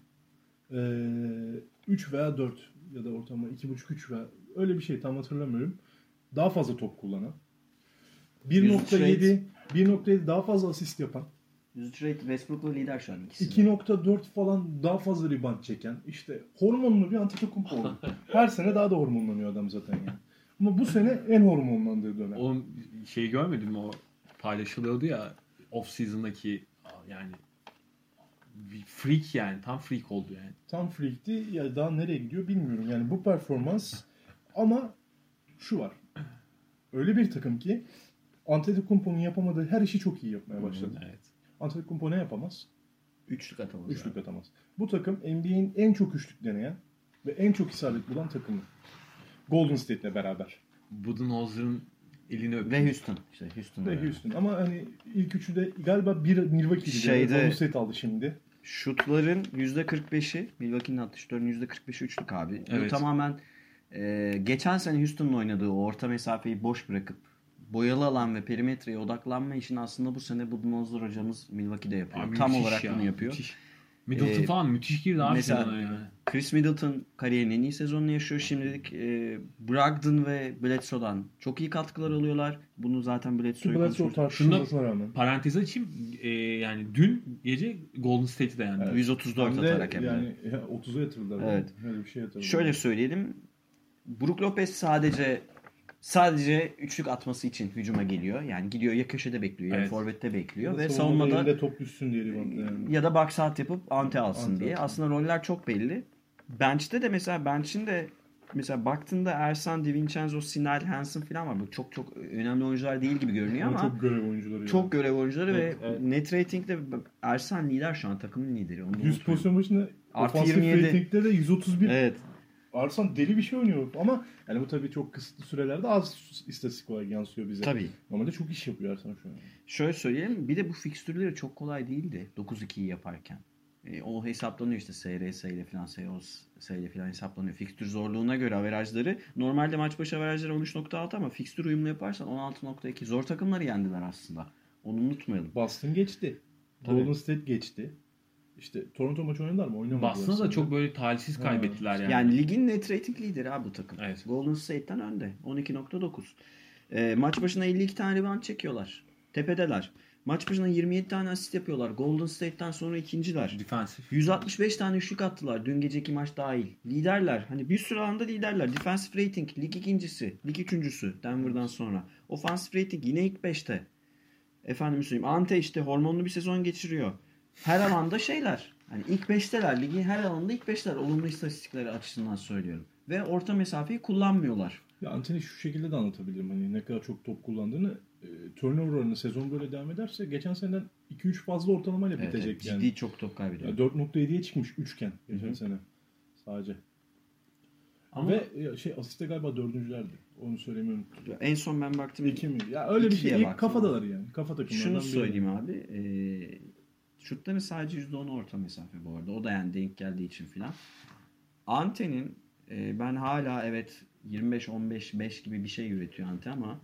üç veya dört ya da ortalama iki buçuk üç veya öyle bir şey tam hatırlamıyorum. Daha fazla top kullanan. bir nokta yedi bir nokta yedi daha fazla asist yapan. Yüzüç rate Westbrook'la lider şu an ikisi. iki nokta dört falan daha fazla rebound çeken. İşte hormonlu bir Antetokounmpo oldu. Her sene daha da hormonlanıyor adam zaten yani. Ama bu sene en hormonlandığı dönem. Oğlum şeyi görmedin mi o paylaşılıyordu ya off season'daki yani bir freak yani tam freak oldu yani. Tam freak'ti. Ya daha nereye gidiyor bilmiyorum. Yani bu performans ama şu var. Öyle bir takım ki Antetokounmpo'nun yapamadığı her işi çok iyi yapmaya başladı. Evet. Antetokounmpo ne yapamaz? Üçlük atamaz. Üçlük abi. atamaz. Bu takım N B A'in en çok üçlük deneyen ve en çok isabet bulan takımı. Golden State'le beraber. Budenholzer'ın elini öptü. Ve Houston. İşte Houston. Ve Houston. Ama hani ilk üçü de galiba bir Milwaukee'di. Şeyde- Golden State aldı şimdi. Şutların yüzde kırk beşi Milwaukee'nin attığı şutların yüzde kırk beşi üçlük abi. Bu Evet. tamamen e, geçen sene Houston'un oynadığı o orta mesafeyi boş bırakıp boyalı alan ve perimetreye odaklanma işini aslında bu sene Budenholzer hocamız Milwaukee'de yapıyor. Abi Tam müthiş olarak ya, bunu yapıyor. müthiş. Middleton Ee, falan müthiş girdi abi mesela- sezona yani. Chris Middleton kariyerinin en iyi sezonunu yaşıyor şimdilik. E, Brogdon ve Bledsoe'dan çok iyi katkılar alıyorlar. Bunu zaten Ki Bledsoe'yu Bledsoe konuşmuştuk. tartışılmasına rağmen. Parantez açayım. Ee, yani dün gece Golden State'i de yendi. Evet. yüz otuz dört Hem de atarak hem de. yani ya otuza yatırdılar. Evet. Öyle bir şey yatırdılar. Şöyle söyleyelim. Brook Lopez sadece sadece üçlük atması için hücuma geliyor. Yani gidiyor ya köşede bekliyor ya Evet. forvette bekliyor ve savunmada savunmada elinde top düşsün diye reboundda yani. ya da box out yapıp ante alsın Ante diye. alsın. Aslında roller çok belli. Bench'te de mesela bench'in de mesela baktığında Ersan, DiVincenzo, Sinal, Hansen falan var. Bu çok çok önemli oyuncular değil gibi görünüyor Ama ama çok görev oyuncuları. çok görev oyuncuları Evet, ve evet. net rating'de Ersan lider şu an, takımın lideri. Onu yani. yüz unutmayın. pozisyon başına Artı ofansif yirmi yedi. rating'de de yüz otuz bir. Evet. Arsan deli bir şey oynuyor ama yani bu tabii çok kısıtlı sürelerde az istatistik olarak yansıyor bize. Tabii. Normalde çok iş yapıyor Arsan şu an. Şöyle söyleyeyim. Bir de bu fikstürleri çok kolay değildi dokuz ikiyi yaparken. E, o hesaplanıyor işte S R S ile falan, S O S ile falan hesaplanıyor. Fikstür zorluğuna göre averajları. Normalde maç başı averajları on üç nokta altı ama fikstür uyumlu yaparsan on altı nokta iki. Zor takımları yendiler aslında. Onu unutmayalım. Boston geçti. Tabii. Golden State geçti. İşte Toronto maçı oynadılar mı? Oynamadılar. Boston'a da aslında. çok böyle talihsiz Ha. kaybettiler yani. Yani ligin net rating lideri abi bu takım. Evet. Golden State'ten önde. on iki nokta dokuz. E, maç başına elli iki tane rebound çekiyorlar. Tepedeler. Maç başına yirmi yedi tane asist yapıyorlar. Golden State'ten sonra ikinciler. Defensif. yüz altmış beş tane üçlük attılar. Dün geceki maç dahil. Liderler. Hani bir sürü alanda liderler. Defensive rating lig ikincisi. Lig üçüncüsü Denver'dan sonra. Offensive rating yine ilk beşte. Efendim söyleyeyim. Ante işte hormonlu bir sezon geçiriyor. Her alanda şeyler. Hani ilk beşteler. Ligin her alanda ilk beşler. Olumlu istatistikleri açısından söylüyorum. Ve orta mesafeyi kullanmıyorlar. Ya Anthony şu şekilde de anlatabilirim. Hani ne kadar çok top kullandığını. E, turnover oranı sezon böyle devam ederse geçen seneden iki üç fazla ortalamayla Evet, bitecek evet, yani. ciddi çok top kaybediyor. Ya dört nokta yediye çıkmış üçken geçen Hı hı. sene. Sadece. Ama Ve ya şey asiste galiba dördüncülerdi. Onu söylemeyi unuttum. En son ben baktım. İki mi? Ya öyle bir İkiye şey. İlk baktım. kafadalar yani. Kafa takımlarından Şunu biri. söyleyeyim abi. E, şutların sadece yüzde on orta mesafe bu arada. O da yani denk geldiği için filan. Ante'nin e, ben hala evet yirmi beş on beş beş gibi bir şey üretiyor Ante ama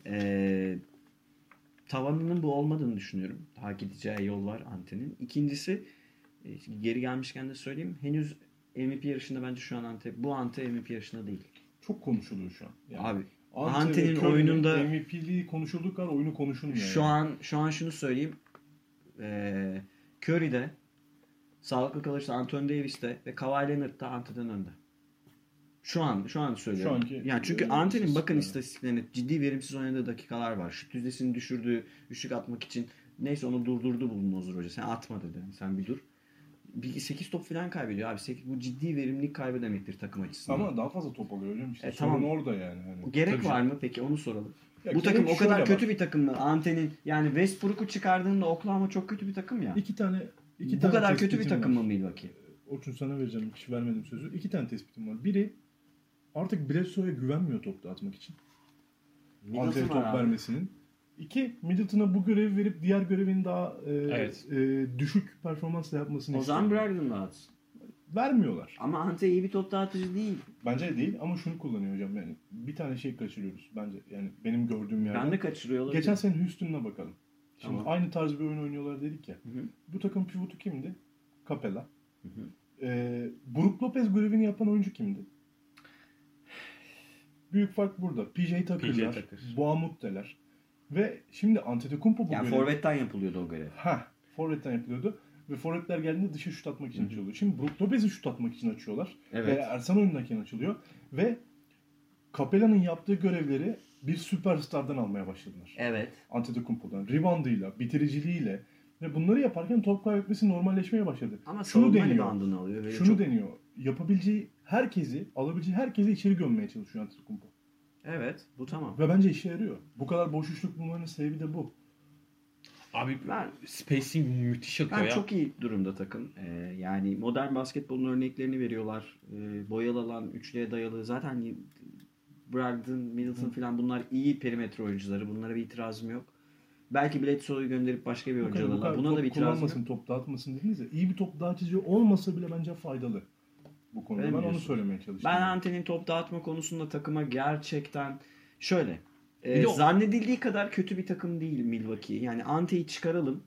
e, tavanının bu olmadığını düşünüyorum. Hak edeceği yol var Ante'nin. İkincisi e, geri gelmişken de söyleyeyim. Henüz M V P yarışında bence şu an Ante. Bu Ante M V P yarışında değil. Çok konuşuluyor şu an. Yani Abi Ante Ante'nin ve Curry'nin oyununda M V P'liği konuşulduğu kadar oyunu konuşulmuyor. şu yani. an şu an şunu söyleyeyim. E, Curry'de sağlıklı kalırsa Anthony Davis'te ve Kawhi Leonard'da Ante'den önde. Şu an şu an söylüyorum. Şu anki- yani çünkü e, Ante'nin bakın istatistikler. istatistiklerine ciddi verimsiz oynadığı dakikalar var. Şut yüzdesini düşürdüğü, üçlük atmak için neyse onu durdurdu Budenholzer Hoca. Sen atma dedi. Sen bir dur. Bir sekiz top falan kaybediyor abi. sekiz, bu ciddi verimlilik kaybı demektir takım açısından. Ama daha fazla top alıyor hocam. İşte E, sorun tamam. orada yani. Hani. Gerek Tabii var canım. mı peki onu soralım. Ya bu gerek takım o kadar şöyle kötü var. bir takım mı? Ante'nin yani Westbrook'u çıkardığında Oklahoma çok kötü bir takım ya. İki tane iki bu tane kadar kötü bir tespitim takım var. mı Milwaukee? Orçun sana vereceğim. Hiç vermedim sözü. İki tane tespitim var. Biri artık Bledsoe'ya güvenmiyor top dağıtmak için. Ante'ye top vermesinin. İki, Middleton'a bu görevi verip diğer görevini daha e, Evet. e, düşük performansla yapmasını O zaman istiyor. Brogdon dağıtsın. Vermiyorlar. Ama Ante iyi bir top dağıtıcı değil. Bence değil ama şunu kullanıyor hocam. Yani bir tane şey kaçırıyoruz bence. Yani benim gördüğüm yerden. Ben de kaçırıyor olabilir. Geçen sene Houston'la bakalım. Şimdi Tamam. aynı tarz bir oyun oynuyorlar dedik ya. Hı hı. Bu takım pivotu kimdi? Capella. Hı hı. Ee, Brook Lopez görevini yapan oyuncu kimdi? Büyük fark burada. P J Tucker'lar, P J Tucker. Boamutte'ler. Ve şimdi Antetokounmpo bu Yani görevi... forvetten yapılıyordu o görev. Ha, forvetten yapılıyordu. Ve forvetler geldiğinde dışa şut atmak için Hı hı. açıyordu. Şimdi Brook Lopez'i şut atmak için açıyorlar. Evet. Ve Ersan oyundayken açılıyor. Ve Capella'nın yaptığı görevleri bir süperstardan almaya başladılar. Evet. Antetokounmpo'dan. Reboundıyla, bitiriciliğiyle. Ve bunları yaparken top kaybetmesi normalleşmeye başladı. Ama Şunu savunma deniyor. reboundını alıyor. Böyle Şunu çok... deniyor. Yapabileceği herkesi, alabileceği herkesi içeri gömmeye çalışıyor Antetokounmpo. Evet. Bu tamam. Ve bence işe yarıyor. Bu kadar boş üçlük bulmanın sebebi de bu. abi Ben- spacing müthiş akıyor Ben ya. çok iyi durumda takım. Ee, yani modern basketbolun örneklerini veriyorlar. Ee, boyalı alan, üçlüye dayalı. Zaten Brogdon, Middleton falan bunlar iyi perimetre oyuncuları. Bunlara bir itirazım yok. Belki Bledsoe'yu gönderip başka bir Bu oyuncu kadar, bu alırlar. kadar Buna da top bir itirazım kullanmasın, yok. top dağıtmasın dediniz ya. İyi bir top dağıtıcı olmasa bile bence faydalı. Bu konuda. Öyle mi Ben onu diyorsun? söylemeye çalıştım. Ben Ante'nin top dağıtma konusunda takıma gerçekten şöyle. e, Bir de o- zannedildiği kadar kötü bir takım değil Milwaukee. Yani Ante'yi çıkaralım.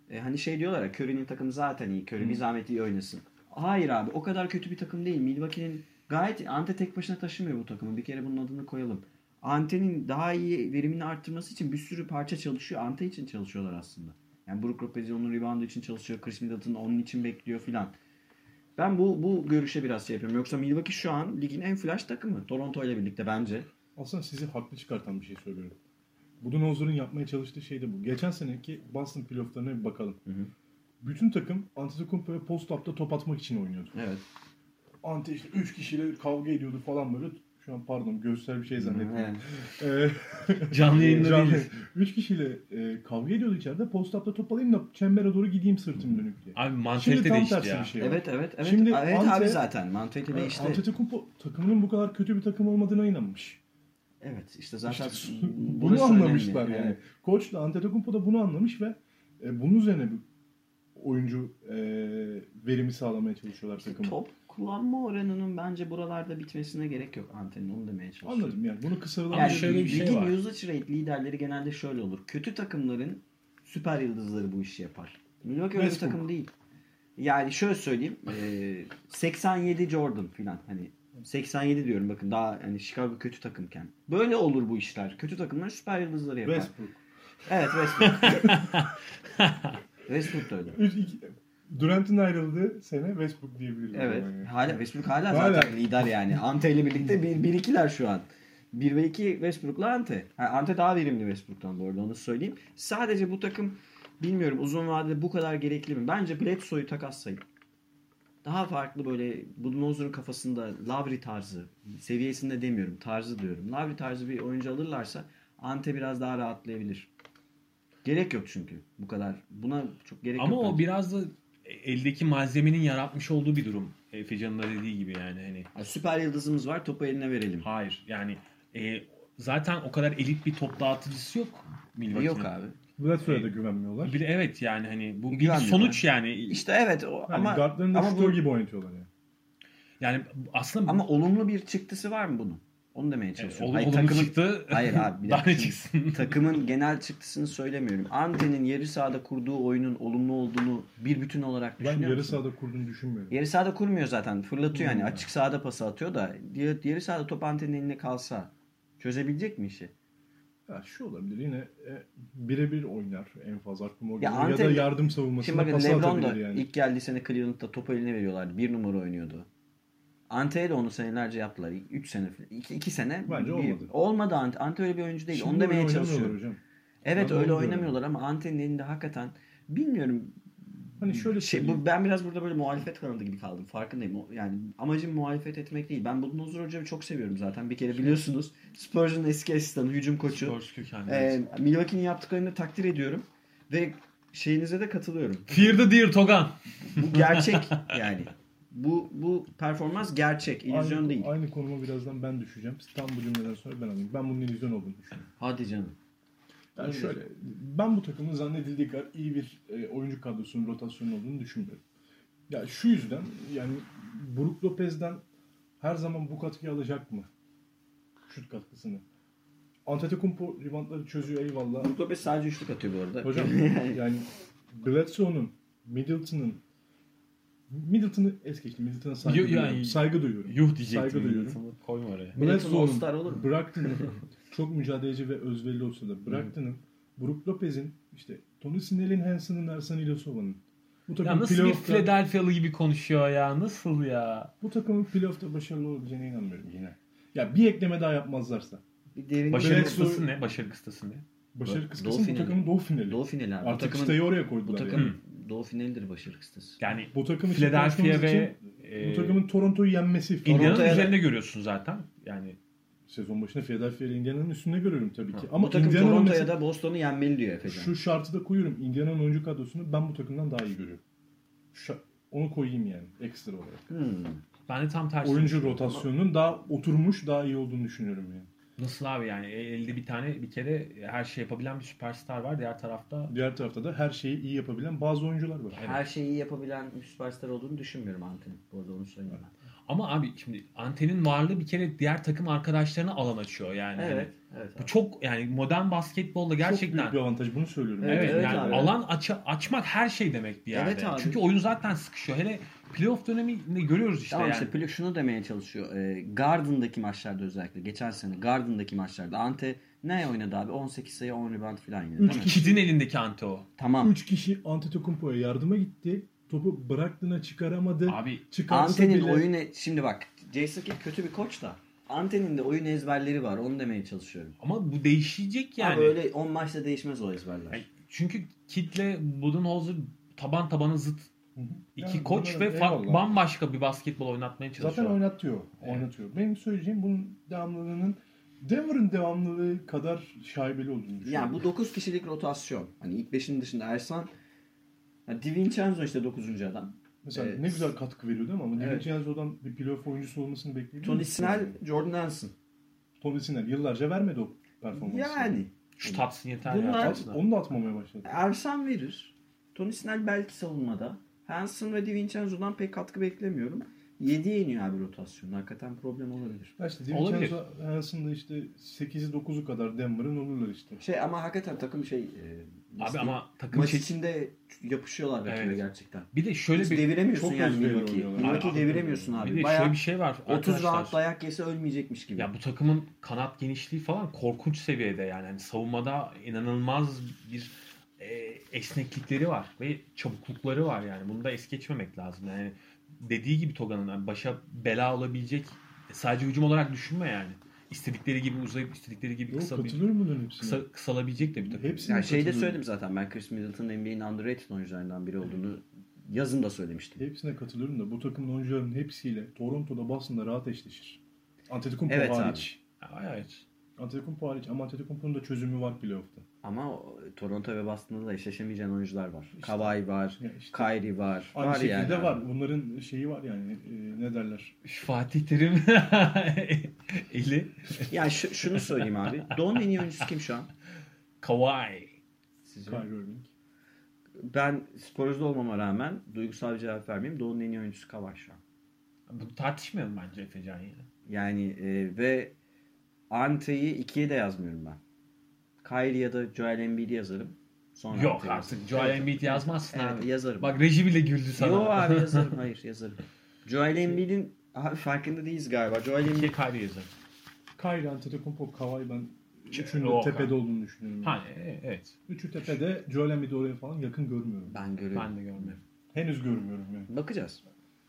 E, hani şey diyorlar ya, Curry'nin takımı zaten iyi. Curry bir zahmet iyi oynasın. Hayır abi, o kadar kötü bir takım değil. Milwaukee'nin gayet, Ante tek başına taşımıyor bu takımı. Bir kere bunun adını koyalım. Ante'nin daha iyi verimini arttırması için bir sürü parça çalışıyor. Ante için çalışıyorlar aslında. Yani Brook Lopez onun reboundu için çalışıyor. Chris Middleton onun için bekliyor filan. Ben bu bu görüşe biraz şey yapıyorum. Yoksa Milwaukee şu an ligin en flash takımı. Toronto ile birlikte bence. Aslında sizi haklı çıkartan bir şey söylüyorum. Budenholzer'ın yapmaya çalıştığı şey de bu. Geçen seneki Boston playoff'larına bir bakalım. Hı hı. Bütün takım Antetokounmpo ve post-up'ta top atmak için oynuyordu. Evet. Ante işte üç kişiyle kavga ediyordu falan böyle. Şu an pardon görsel bir şey zannettim. Evet. Ee, Canlı yayında değiliz. Üç kişiyle e, kavga ediyordu içeride. Post-up'ta top alayım da çembere doğru gideyim sırtım dönük diye. Abi mantalite değişti ya. Şey evet evet evet. Şimdi evet Ante, abi zaten mantalite değişti. Antetokounmpo takımının bu kadar kötü bir takım olmadığına inanmış. Evet işte zaten işte, bunu anlamışlar önemli. Yani. Evet. Koç da Antetokounmpo da bunu anlamış ve e, bunun üzerine bir oyuncu e, verimi sağlamaya çalışıyorlar işte takımı. Top kullanma oranının bence buralarda bitmesine gerek yok Ante'nin, onu demeye çalışıyorum. Anladım yani bunu kısadan yani şöyle bir şey ligin var. usage rate liderleri genelde şöyle olur. Kötü takımların süper yıldızları bu işi yapar. Milwaukee öyle bir takım değil. Yani şöyle söyleyeyim. E, seksen yedi Jordan filan hani seksen yedi diyorum bakın daha hani Chicago kötü takımken. Böyle olur bu işler. Kötü takımlar süper yıldızları yapar. Westbrook. Evet Westbrook. Westbrook da öyle. Durant'ın ayrıldığı sene Westbrook diyebiliriz. Evet. Yani. Hala Westbrook hala, hala zaten lider yani. Ante ile birlikte bir, bir ikiler şu an. bir ve iki Westbrook'la Ante. Yani Ante daha verimli Westbrook'tan bu arada onu söyleyeyim. Sadece bu takım bilmiyorum uzun vadede bu kadar gerekli mi? Bence Bledsoe'yu takaslayın. Daha farklı böyle Budenholzer'ın kafasında Lowry tarzı, seviyesinde demiyorum, tarzı diyorum. Lowry tarzı bir oyuncu alırlarsa Ante biraz daha rahatlayabilir. Gerek yok çünkü bu kadar. Buna çok gerek Ama yok. Ama o bence. biraz da eldeki malzemenin yaratmış olduğu bir durum. Efecan'ın da dediği gibi yani hani. Yani süper yıldızımız var, topu eline verelim. Hayır yani e, zaten o kadar elit bir top dağıtıcısı yok Milwaukee'nin. Yok abi. Bledsoe'ya da güvenmiyorlar. Bir de evet yani hani bu bir sonuç yani. İşte evet o, yani ama guardlarını da şutör gibi oynatıyorlar yani. Yani aslında ama olumlu bir çıktısı var mı bunun? Onu demeye çalışıyorum. Evet, hayır, takımın, çıktı. Hayır abi bir daha dakika. ne çıksın? Takımın genel çıktısını söylemiyorum. Ante'nin yarı sahada kurduğu oyunun olumlu olduğunu bir bütün olarak düşünüyor Ben yarı musun? sahada kurduğunu düşünmüyorum. Yarı sahada kurmuyor zaten. Fırlatıyor Hmm. yani. Açık sahada pası atıyor da yarı sahada top Ante'nin eline kalsa çözebilecek mi işi? Ya şu olabilir yine e, birebir oynar en fazla aklıma o Ya, geliyor. Ya, Ante, da yardım savunmasına şimdi bakın pas LeBron da atabilir yani. ilk geldiği sene Cleveland'da topu eline veriyorlardı. Bir numara oynuyordu. Ante'ye de onu senelerce yaptılar. üç sene, iki sene. Bence bir, olmadı. Olmadı Ante. Ante öyle bir oyuncu değil. Şimdi onu demeye öyle çalışıyorum. hocam. Evet Ben öyle onu oynamıyorlar ama Ante'nin elinde hakikaten bilmiyorum. Hani şöyle şey, söyleyeyim. bu, ben biraz burada böyle muhalefet kanalı gibi kaldım. Farkındayım. O- Yani amacım muhalefet etmek değil. Ben Budenholzer hocamı çok seviyorum zaten. Bir kere biliyorsunuz. Spurs'un eski asistanı, hücum koçu. Spurs kökenli. Ee, Milwaukee'nin yaptıklarını takdir ediyorum. Ve şeyinize de katılıyorum. Fear the Deer Togan. Bu gerçek yani. Bu bu performans gerçek. İllüzyon aynı, değil. Aynı konuma birazdan ben düşeceğim. Tam bu cümleden sonra ben alayım. Ben bunun illüzyon olduğunu düşünüyorum. Hadi canım. Yani Öyle. şöyle, ben bu takımın zannedildiği kadar iyi bir e, oyuncu kadrosunun rotasyonu olduğunu düşünmüyorum. Ya şu yüzden yani Brook Lopez'den her zaman bu katkıyı alacak mı? Şut katkısını. Antetokounmpo reboundları çözüyor eyvallah. Brook Lopez sadece üçlük atıyor bu arada. Hocam yani Bledsoe'nun, Middleton'ın Middleton'ı es geçtim. Middleton'a saygı Yo- duyuyorum. yani- Saygı duyuyorum. Yuh diyecektim. Saygı duyuyorum. Koyma oraya. Middleton All-Star olur mu? Brogdon'ın çok mücadeleci ve özverili olsa da Brogdon'ın, Brook Lopez'in, işte Tony Snell'in, Hanson'ın, Ersan İlyasova'nın bu takım Ya nasıl bir playoff'ta, Philadelphia'lı gibi konuşuyor ya? Nasıl ya? bu takımın playoff'ta başarılı olabileceğine inanmıyorum yine. Ya bir ekleme daha yapmazlarsa. Bir derin Başarı Bledsoe- kıstası ne? Başarı kıstası ne? Başarı Doğu kıstası bu finali. takımın doğu finali. Doğu finali abi. Artık bu takımın, çıtayı oraya bu koydular. takım yani. Doğu finalidir başarı kıstası. Yani Bu takım için Philadelphia konuşmamız ve için e, bu takımın Toronto'yu yenmesi. Indiana'nın Toronto'ya da- üzerinde görüyorsun zaten. Yani Sezon başında Philadelphia ile Indiana'nın üstünde görüyorum tabii ki. Ha, Ama bu takım Indiana'nın Toronto'ya mesela- da Boston'u yenmeli diyor Efecan. Şu şartı da koyuyorum. Indiana'nın oyuncu kadrosunu ben bu takımdan daha iyi görüyorum. Şu, onu koyayım yani ekstra olarak. Hmm. ben de tam tersi. Oyuncu düşünüyorum. rotasyonunun daha oturmuş, daha iyi olduğunu düşünüyorum yani. Nasıl abi yani elde bir tane bir kere her şey yapabilen bir süperstar var. Diğer tarafta Diğer tarafta da her şeyi iyi yapabilen bazı oyuncular var. Her şeyi yapabilen bir süperstar olduğunu düşünmüyorum Ante'nin. Bu arada onu söyleyeyim ben. ama abi şimdi Ante'nin varlığı bir kere diğer takım arkadaşlarına alan açıyor yani. Evet. Hani Evet Bu abi. çok yani modern basketbolda gerçekten Çok büyük bir avantaj. Bunu söylüyorum. evet, Evet, evet yani abi. alan aç, açmak her şey demek bir yerde. Evet abi. Çünkü oyun zaten sıkışıyor. Hele playoff döneminde görüyoruz işte Tamam yani. işte Pilo şunu demeye çalışıyor. E, Garden'daki maçlarda özellikle. Geçen sene Garden'daki maçlarda. Ante ne oynadı abi? on sekiz sayı on rebound falan yine. Üç değil mi? kişi- Kid'in elindeki ante o. Tamam. Üç kişi Antetokounmpo'ya yardıma gitti. Topu bıraktığına çıkaramadı. Abi Çıkarsa Ante'nin bile... oyunu şimdi bak Jason Kidd kötü bir koç da Ante'nin de oyun ezberleri var. Onu demeye çalışıyorum. ama bu değişecek yani. Abi öyle on maçta değişmez o ezberler. Yani çünkü Kid'le Budenholzer taban tabana zıt Hı hı. iki Yani koç bunlar- ve fa- eyvallah. bambaşka bir basketbol oynatmaya çalışıyor. Zaten oynatıyor. Evet. Oynatıyor. Benim söyleyeceğim bunun devamlılığının Denver'ın devamlılığı kadar şaibeli olduğunu düşünüyorum. Yani bu dokuz kişilik rotasyon. Hani ilk beşin dışında Ersan yani DiVincenzo işte dokuzuncu adam. Mesela Evet. ne güzel katkı veriyor değil mi? Ama Evet. DiVincenzo'dan bir playoff oyuncusu olmasını bekliyor. Tony Snell, Jordan Anderson. Tony Snell yıllarca vermedi o performansı. Yani Şu tatsın yeter Bunlar- ya. At- onu da atmamaya başladı. Ersan verir. Tony Snell belki savunmada. Hanson ve DiVincenzo'dan pek katkı beklemiyorum. yediye iniyor abi rotasyon. Hakikaten problem olabilir. Ya işte Olabilir. DiVincenzo Hanson'da işte sekizi dokuzu kadar Denver'ın olurlar işte. Şey ama hakikaten takım şey... E, nasıl Abi diyeyim? ama takım maç şey- içinde yapışıyorlar rakibe Evet. gerçekten. Bir de şöyle Hiç bir deviremiyorsun çok yani özveri Milwaukee'yi. oynuyorlar. Milwaukee'yi Abi, deviremiyorsun abi. bir de Bayağı şöyle bir şey var. otuz arkadaşlar. round dayak yese ölmeyecekmiş gibi. Ya bu takımın kanat genişliği falan korkunç seviyede yani. Yani savunmada inanılmaz bir e, esneklikleri var ve çabuklukları var yani. Bunu da es geçmemek lazım. Yani dediği gibi Toga'nın yani başa bela olabilecek sadece hücum olarak düşünme yani. İstedikleri gibi uzayıp istedikleri gibi Yok, kısa bir, katılıyorum bunların hepsine. kısa, kısalabilecek de bir takım. Hepsine Yani şeyde katılıyorum. söyledim zaten ben Chris Middleton'ın N B A'in underrated oyuncularından biri olduğunu yazın da söylemiştim. Hepsine katılıyorum da bu takımın oyuncuların hepsiyle Toronto'da Boston'da rahat eşleşir. Antetokounmpo Evet hariç. Evet. Antetokounmpo hariç ama Antetokounmpo'nun da çözümü var playoff'ta. Ama o- Toronto ve Boston'da da eşleşemeyeceğin oyuncular var. Kawhi var, Ya işte. Kyrie var. Aynı var şekilde yani. var. Bunların şeyi var yani e, ne derler? Fatih Terim eli Yani şu- şunu söyleyeyim abi. Doğu'nun en iyi oyuncusu kim şu an? Kawhi. Sizce? Kyrie Irving. Ben sporcu olmama rağmen duygusal bir cevap vermeyeyim. Doğu'nun en iyi oyuncusu Kawhi şu an. Bunu tartışmayalım bence Efecan ya. Yani e, ve Ante'yi ikiye de yazmıyorum ben. Kyrie ya da Joel Embiid'i yazarım. Sonra Yok Ante'yi artık yazarım. Joel Evet. Embiid yazmazsın Evet, abi. yazarım. Bak reji bile güldü sana. Yo abi yazarım. Hayır yazarım. Joel Embiid'in abi farkında değiliz galiba. Joel Embiid İkiye Kyrie yazar. Kyrie, Antetokounmpo, Kawhi ben Ç- üçünün de Yok tepede abi. olduğunu düşünüyorum. Ha e- evet. Üçü tepede. Joel Embiid'i oraya falan yakın görmüyorum. ben görüyorum. Ben de görmüyorum. Henüz görmüyorum yani. Bakacağız.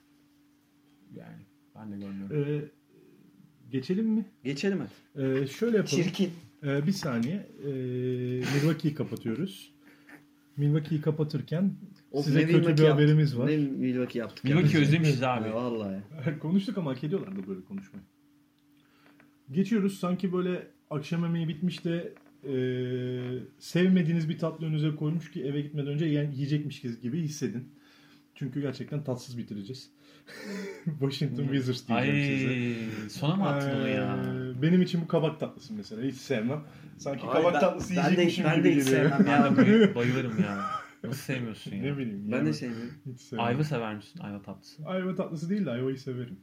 Yani ben de görmüyorum. Ee, geçelim mi? Geçelim hadi. Ee, şöyle yapalım. Çirkin. Ee, bir saniye. Ee, Milwaukee'yi kapatıyoruz. Milwaukee'yi kapatırken Of, size ne kötü Milwaukee bir yaptık. haberimiz var. Ne Milwaukee yaptık. Milwaukee ya. özlemişiz abi. Ya, vallahi. Konuştuk ama hak ediyorlar da böyle konuşmayı. Geçiyoruz. Sanki böyle akşam yemeği bitmiş de e, sevmediğiniz bir tatlı önünüze koymuş ki eve gitmeden önce yiyen- yiyecekmiş gibi hissedin. Çünkü gerçekten tatsız bitireceğiz. Washington Wizards diyeceğim size. Ay sona mı attın onu ya? Ee, benim için bu kabak tatlısı mesela. Hiç sevmem. Sanki Ay, kabak ben- tatlısı ben de- yiyecekmişim ben gibi de hiç geliyor. sevmem ya. Ben de bay- bayılırım ya. Nasıl sevmiyorsun ya? Ne bileyim. Ben yani. de sevmiyorum. Hiç sevmem. Ayva sever misin? Ayva tatlısı. Ayva tatlısı değil de ayvayı severim.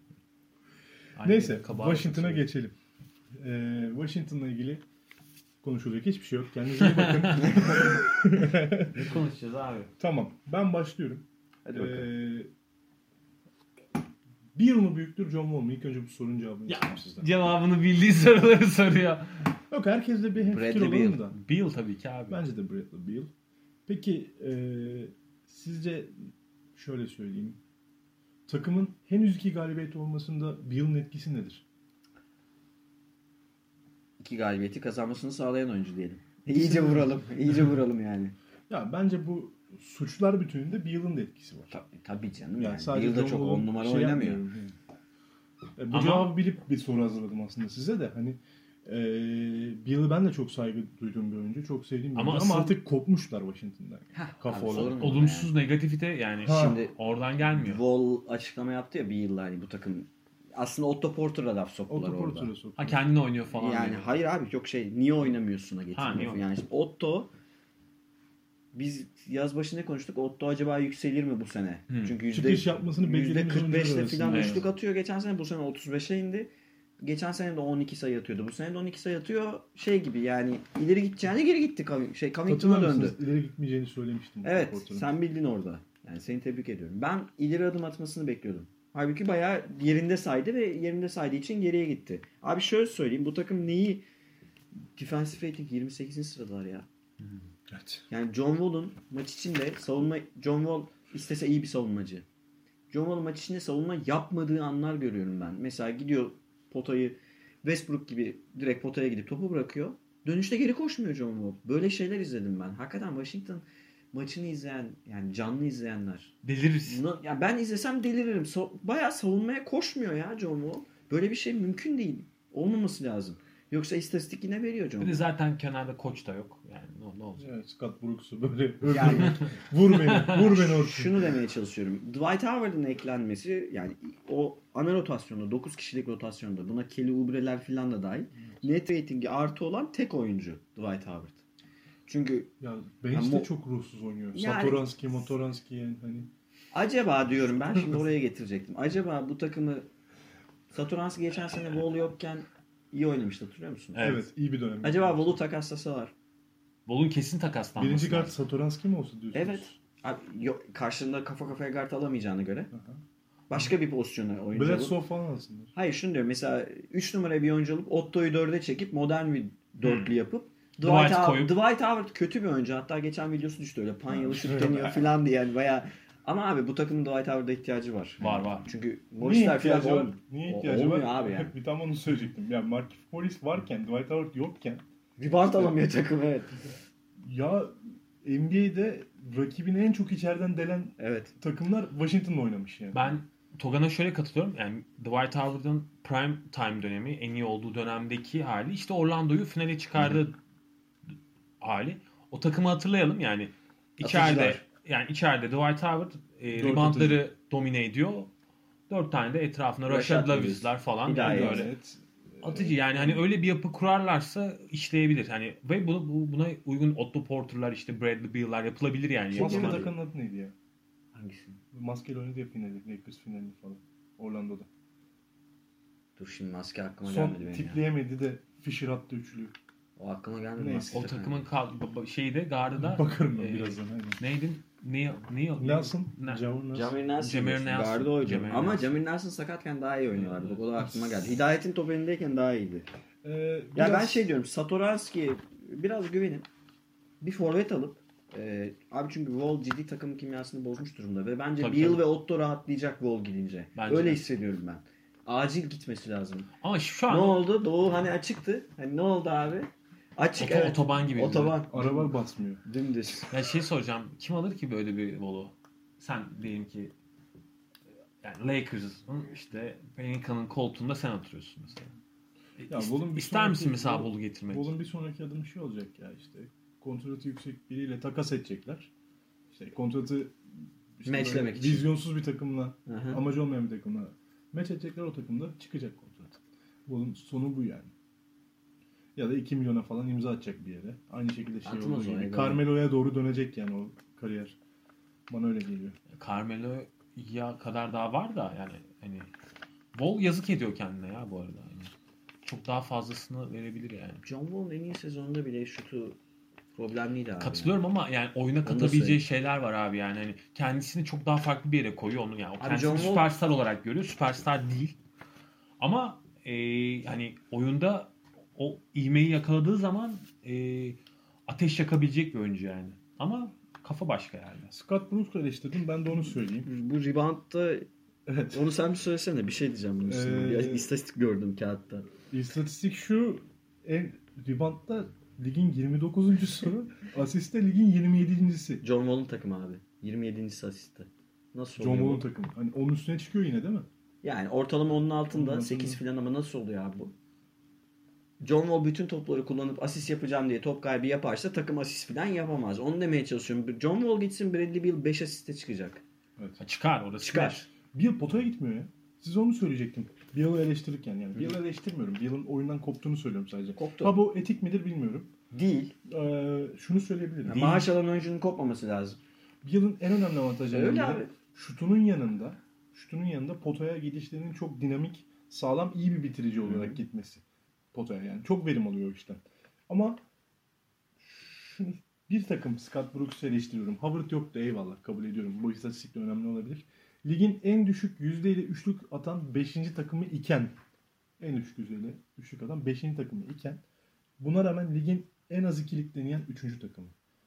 Ayva Neyse kabağı Washington'a severim. geçelim. Ee, Washington'la ilgili konuşulacak hiçbir şey yok. Kendinize iyi bakın. Ne konuşacağız abi? Tamam. Ben başlıyorum. Hadi bakalım. Ee, bir yıl mı büyüktür John Wall mu? İlk önce bu sorunun cevabını Ya, istiyorum sizden. Cevabını bildiği soruları soruyor. Yok herkesle bir hemfikir Bradley olalım Beal. da. Bill tabii ki abi. Bence de Bradley Beal. Peki e, sizce şöyle söyleyeyim. Takımın henüz iki galibiyet olmasında Beal'ın etkisi nedir? İki galibiyeti kazanmasını sağlayan oyuncu diyelim. İyice vuralım. İyice vuralım yani. Ya bence bu suçlar bütününde Beal'ın da etkisi var. Tabii, tabii canım Yani yani. sadece Yılda John çok Wall'un on numara şey oynamıyor. yapmıyorum yani. E, bu Ama- cevabı bilip bir soru hazırladım aslında size de. Hani e, Beal'ı ben de çok saygı duyduğum bir oyuncu. Çok sevdiğim bir Ama oyuncu. asıl- Ama artık kopmuşlar Washington'dan. Heh, Kafa abi, olarak. sorun yok Olumsuz negatifite yani Ha. Şimdi oradan gelmiyor. Wall açıklama yaptı ya bir yılda hani bu takım. Aslında Otto Porter'a laf soktular Otto orada. Porter'a soktu. Ha kendini oynuyor falan. Yani diyor. hayır abi yok şey niye oynamıyorsun'a Ha, getiriyor. niye Yani işte Otto biz yaz başı ne konuştuk? Otto acaba yükselir mi bu sene? Hmm. Çünkü yüzde, Çıkış yapmasını yüzde beklediğimiz kırk beşle oyuncular falan arasında. üçlük atıyor. Geçen sene bu sene otuz beşe indi. geçen sene de on iki sayı atıyordu. Bu sene de on iki sayı atıyor. Şey gibi yani ileri gideceğine geri gitti. Şey Covington'a döndü. İleri gitmeyeceğini söylemiştim. Evet, sen bildin orada. Yani seni tebrik ediyorum. Ben ileri adım atmasını bekliyordum. Halbuki bayağı yerinde saydı ve yerinde saydığı için geriye gitti. Abi şöyle söyleyeyim. Bu takım neyi? Defensive rating yirmi sekizinci sıradalar ya. Evet. Yani John Wall'un maç içinde savunma... John Wall istese iyi bir savunmacı. John Wall'un maç içinde savunma yapmadığı anlar görüyorum ben. Mesela gidiyor potayı Westbrook gibi direkt potaya gidip topu bırakıyor. Dönüşte geri koşmuyor John Wall. Böyle şeyler izledim ben. Hakikaten Washington maçını izleyen yani canlı izleyenler. Deliririz. No, ya ben izlesem deliririm. So, bayağı savunmaya koşmuyor ya John Wall. Böyle bir şey mümkün değil. Olmaması lazım. Yoksa istatistik yine veriyor John Bir de Wall. zaten kenarda koç da yok. Yani ne, ne olacak? Evet, Scott Brooks'u böyle öldürmek. Yani vur beni, vur beni ortaya. şunu demeye çalışıyorum. Dwight Howard'ın eklenmesi yani o ana rotasyonda dokuz kişilik rotasyonda buna Kelly Oubre'ler falan da dahil. Evet. Net ratingi artı olan tek oyuncu Dwight Howard. Çünkü ya bench'te yani mo- çok ruhsuz oynuyor. Yani- Satoranski, Motoranski yani hani. acaba diyorum ben şimdi oraya getirecektim. Acaba bu takımı Satoranski geçen sene Wall yokken iyi oynamıştı hatırlıyor musun? Evet. Evet, iyi bir dönem. Acaba Wall'u takaslasalar. Bol'un kesin takaslanması Birinci guard lazım. Satoranski mi olsa diyorsunuz? Evet. Abi, yok, karşında kafa kafaya guard alamayacağına göre Aha. başka bir pozisyona oyuncu alıp. Bledsoe falan alsınlar. Hayır şunu diyorum mesela üç numara bir oyuncu alıp Otto'yu dörde çekip modern bir dörtlü Hmm. yapıp Dwight Dwight, Howard, koyup- Dwight Howard kötü bir oyuncu. Hatta geçen videosu düştü öyle panyalı şut Evet. deniyor falan diye yani bayağı. Ama abi bu takımın Dwight Howard'a ihtiyacı var. Var, var. Çünkü Niye Morris'ler falan ihtiyacı var? olmuyor. Niye O- ihtiyacı olmuyor var? abi yani. bir tam onu söyleyecektim. Ya Markieff Morris varken, Dwight Howard yokken Rebound alamıyor takım evet. ya N B A'de rakibini en çok içeriden delen Evet. takımlar Washington'la oynamış yani. Ben Togan'a şöyle katılıyorum. Yani Dwight Howard'ın prime time dönemi, en iyi olduğu dönemdeki hali işte Orlando'yu finale çıkardığı hali. O takımı hatırlayalım yani. İçeride Atıcılar. yani içeride Dwight Howard e, Dört reboundları domine ediyor. Dört tane de etrafına Rashad Rashad Lewis'ler falan Hidayet. yani öyle. Evet. Atıcı yani hani öyle bir yapı kurarlarsa işleyebilir. Hani ve bunu bu, buna uygun Otto Porter'lar işte Bradley Beal'lar yapılabilir yani. Maskeli Maskeli Yapılabilir. takımın adı neydi ya? Hangisi? Maskeli oynadı ya finali, Lakers finalini falan. Orlando'da. Dur şimdi maske aklıma Son gelmedi benim ya. tipleyemedi de Fisher attı üçlüyü. O aklıma gelmedi. Neyse. maske O takımı. takımın kal- şeyi de gardı da Bakarım ben e, birazdan. Aynen. neydi? Neil Neil Nelson, Ne- Javon Nelson. Jamir Nelson. Jamir diyorsun. Nelson. Gardı oydu. Jamir Ama Nelson. Jamir Nelson sakatken daha iyi oynuyorlardı. Bak o da aklıma geldi. Hidayet'in top elindeyken daha iyiydi. Ee, Ya biraz- ben şey diyorum. Satoranski'ye biraz güvenin. Bir forvet alıp e, abi çünkü Wall ciddi takım kimyasını bozmuş durumda ve bence Tabii, Beal tabii. ve Otto rahatlayacak Wall gidince. Bence Öyle de. hissediyorum ben. Acil gitmesi lazım. Ama şu an Ne oldu? Doğu hani açıktı. Hani ne oldu abi? Açık Oto- evet. otoban gibi. Otoban. Araba basmıyor. Dümdüz. Ya şey soracağım. Kim alır ki böyle bir bolu? Sen diyelim ki yani Lakers'ın işte Pelican'ın koltuğunda sen oturuyorsun mesela. Ya İst- Bol'un bir İster sonraki- misin mesela Bol- bolu getirmek? Bol'un bir sonraki adımı şey olacak ya işte. Kontratı yüksek biriyle takas edecekler. İşte kontratı işte Matchlemek böyle için. vizyonsuz bir takımla, Hı hı. amacı olmayan bir takımla match edecekler, o takımda çıkacak kontrat. Bol'un sonu bu yani. Ya da iki milyona falan imza atacak bir yere. Aynı şekilde şey Atmaz olduğu o, gibi. eyvallah. Carmelo'ya doğru dönecek yani o kariyer. Bana öyle geliyor. Carmelo'ya kadar daha var da yani hani Bol yazık ediyor kendine ya bu arada. Yani çok daha fazlasını verebilir yani. John Wall'un en iyi sezonunda bile şutu problemliydi abi. Katılıyorum ama yani oyuna da katabileceği söyleyeyim. şeyler var abi yani hani kendisini çok daha farklı bir yere koyuyor onu yani o Abi kendisini John Wall- süperstar olarak görüyor. Süperstar değil. Ama e, hani oyunda o ivmeyi yakaladığı zaman e, ateş yakabilecek bir oyuncu yani. Ama kafa başka yani. Scott Brooks'u eleştirdim, ben de onu söyleyeyim. Bu reboundda Evet. onu sen bir söylesene. Bir şey diyeceğim bunun üstüne. Ee, Bir istatistik gördüm kağıtta. İstatistik şu, en reboundda ligin yirmi dokuzuncusu, asiste ligin yirmi yedincisi. John Wall'un takımı abi. yirmi yedincisi asiste. Nasıl John oluyor Wall'un bu? takımı. Hani onun üstüne çıkıyor yine değil mi? Yani ortalama onun altında Onun sekiz altında. falan ama nasıl oluyor abi bu? John Wall bütün topları kullanıp asist yapacağım diye top kaybı yaparsa takım asist falan yapamaz. Onu demeye çalışıyorum. John Wall gitsin Bradley Beal beş asiste çıkacak. Evet. Ha, çıkar orası. Çıkar. Beal potaya gitmiyor ya. Size onu söyleyecektim. Beal'ı eleştirirken yani. Beal'ı eleştirmiyorum. Beal'ın oyundan koptuğunu söylüyorum sadece. Koptu. Ha bu etik midir bilmiyorum. Değil. Ee, şunu söyleyebilirim. Yani maaş alan oyuncunun kopmaması lazım. Beal'ın en önemli avantajlarından Öyle biri abi. şutunun yanında şutunun yanında potaya gidişlerinin çok dinamik, sağlam iyi bir bitirici olarak Hı-hı. gitmesi potaya yani. Çok verim alıyor o işten. Ama şunu, bir takım Scott Brooks'u eleştiriyorum. Howard yoktu, eyvallah, kabul ediyorum. Bu istatistik de önemli olabilir. Ligin en düşük yüzdeyle üçlük atan beşinci takımı iken, en düşük yüzdeyle üçlük atan beşinci takımı iken, buna rağmen ligin en az ikilik deneyen üçüncü takımı.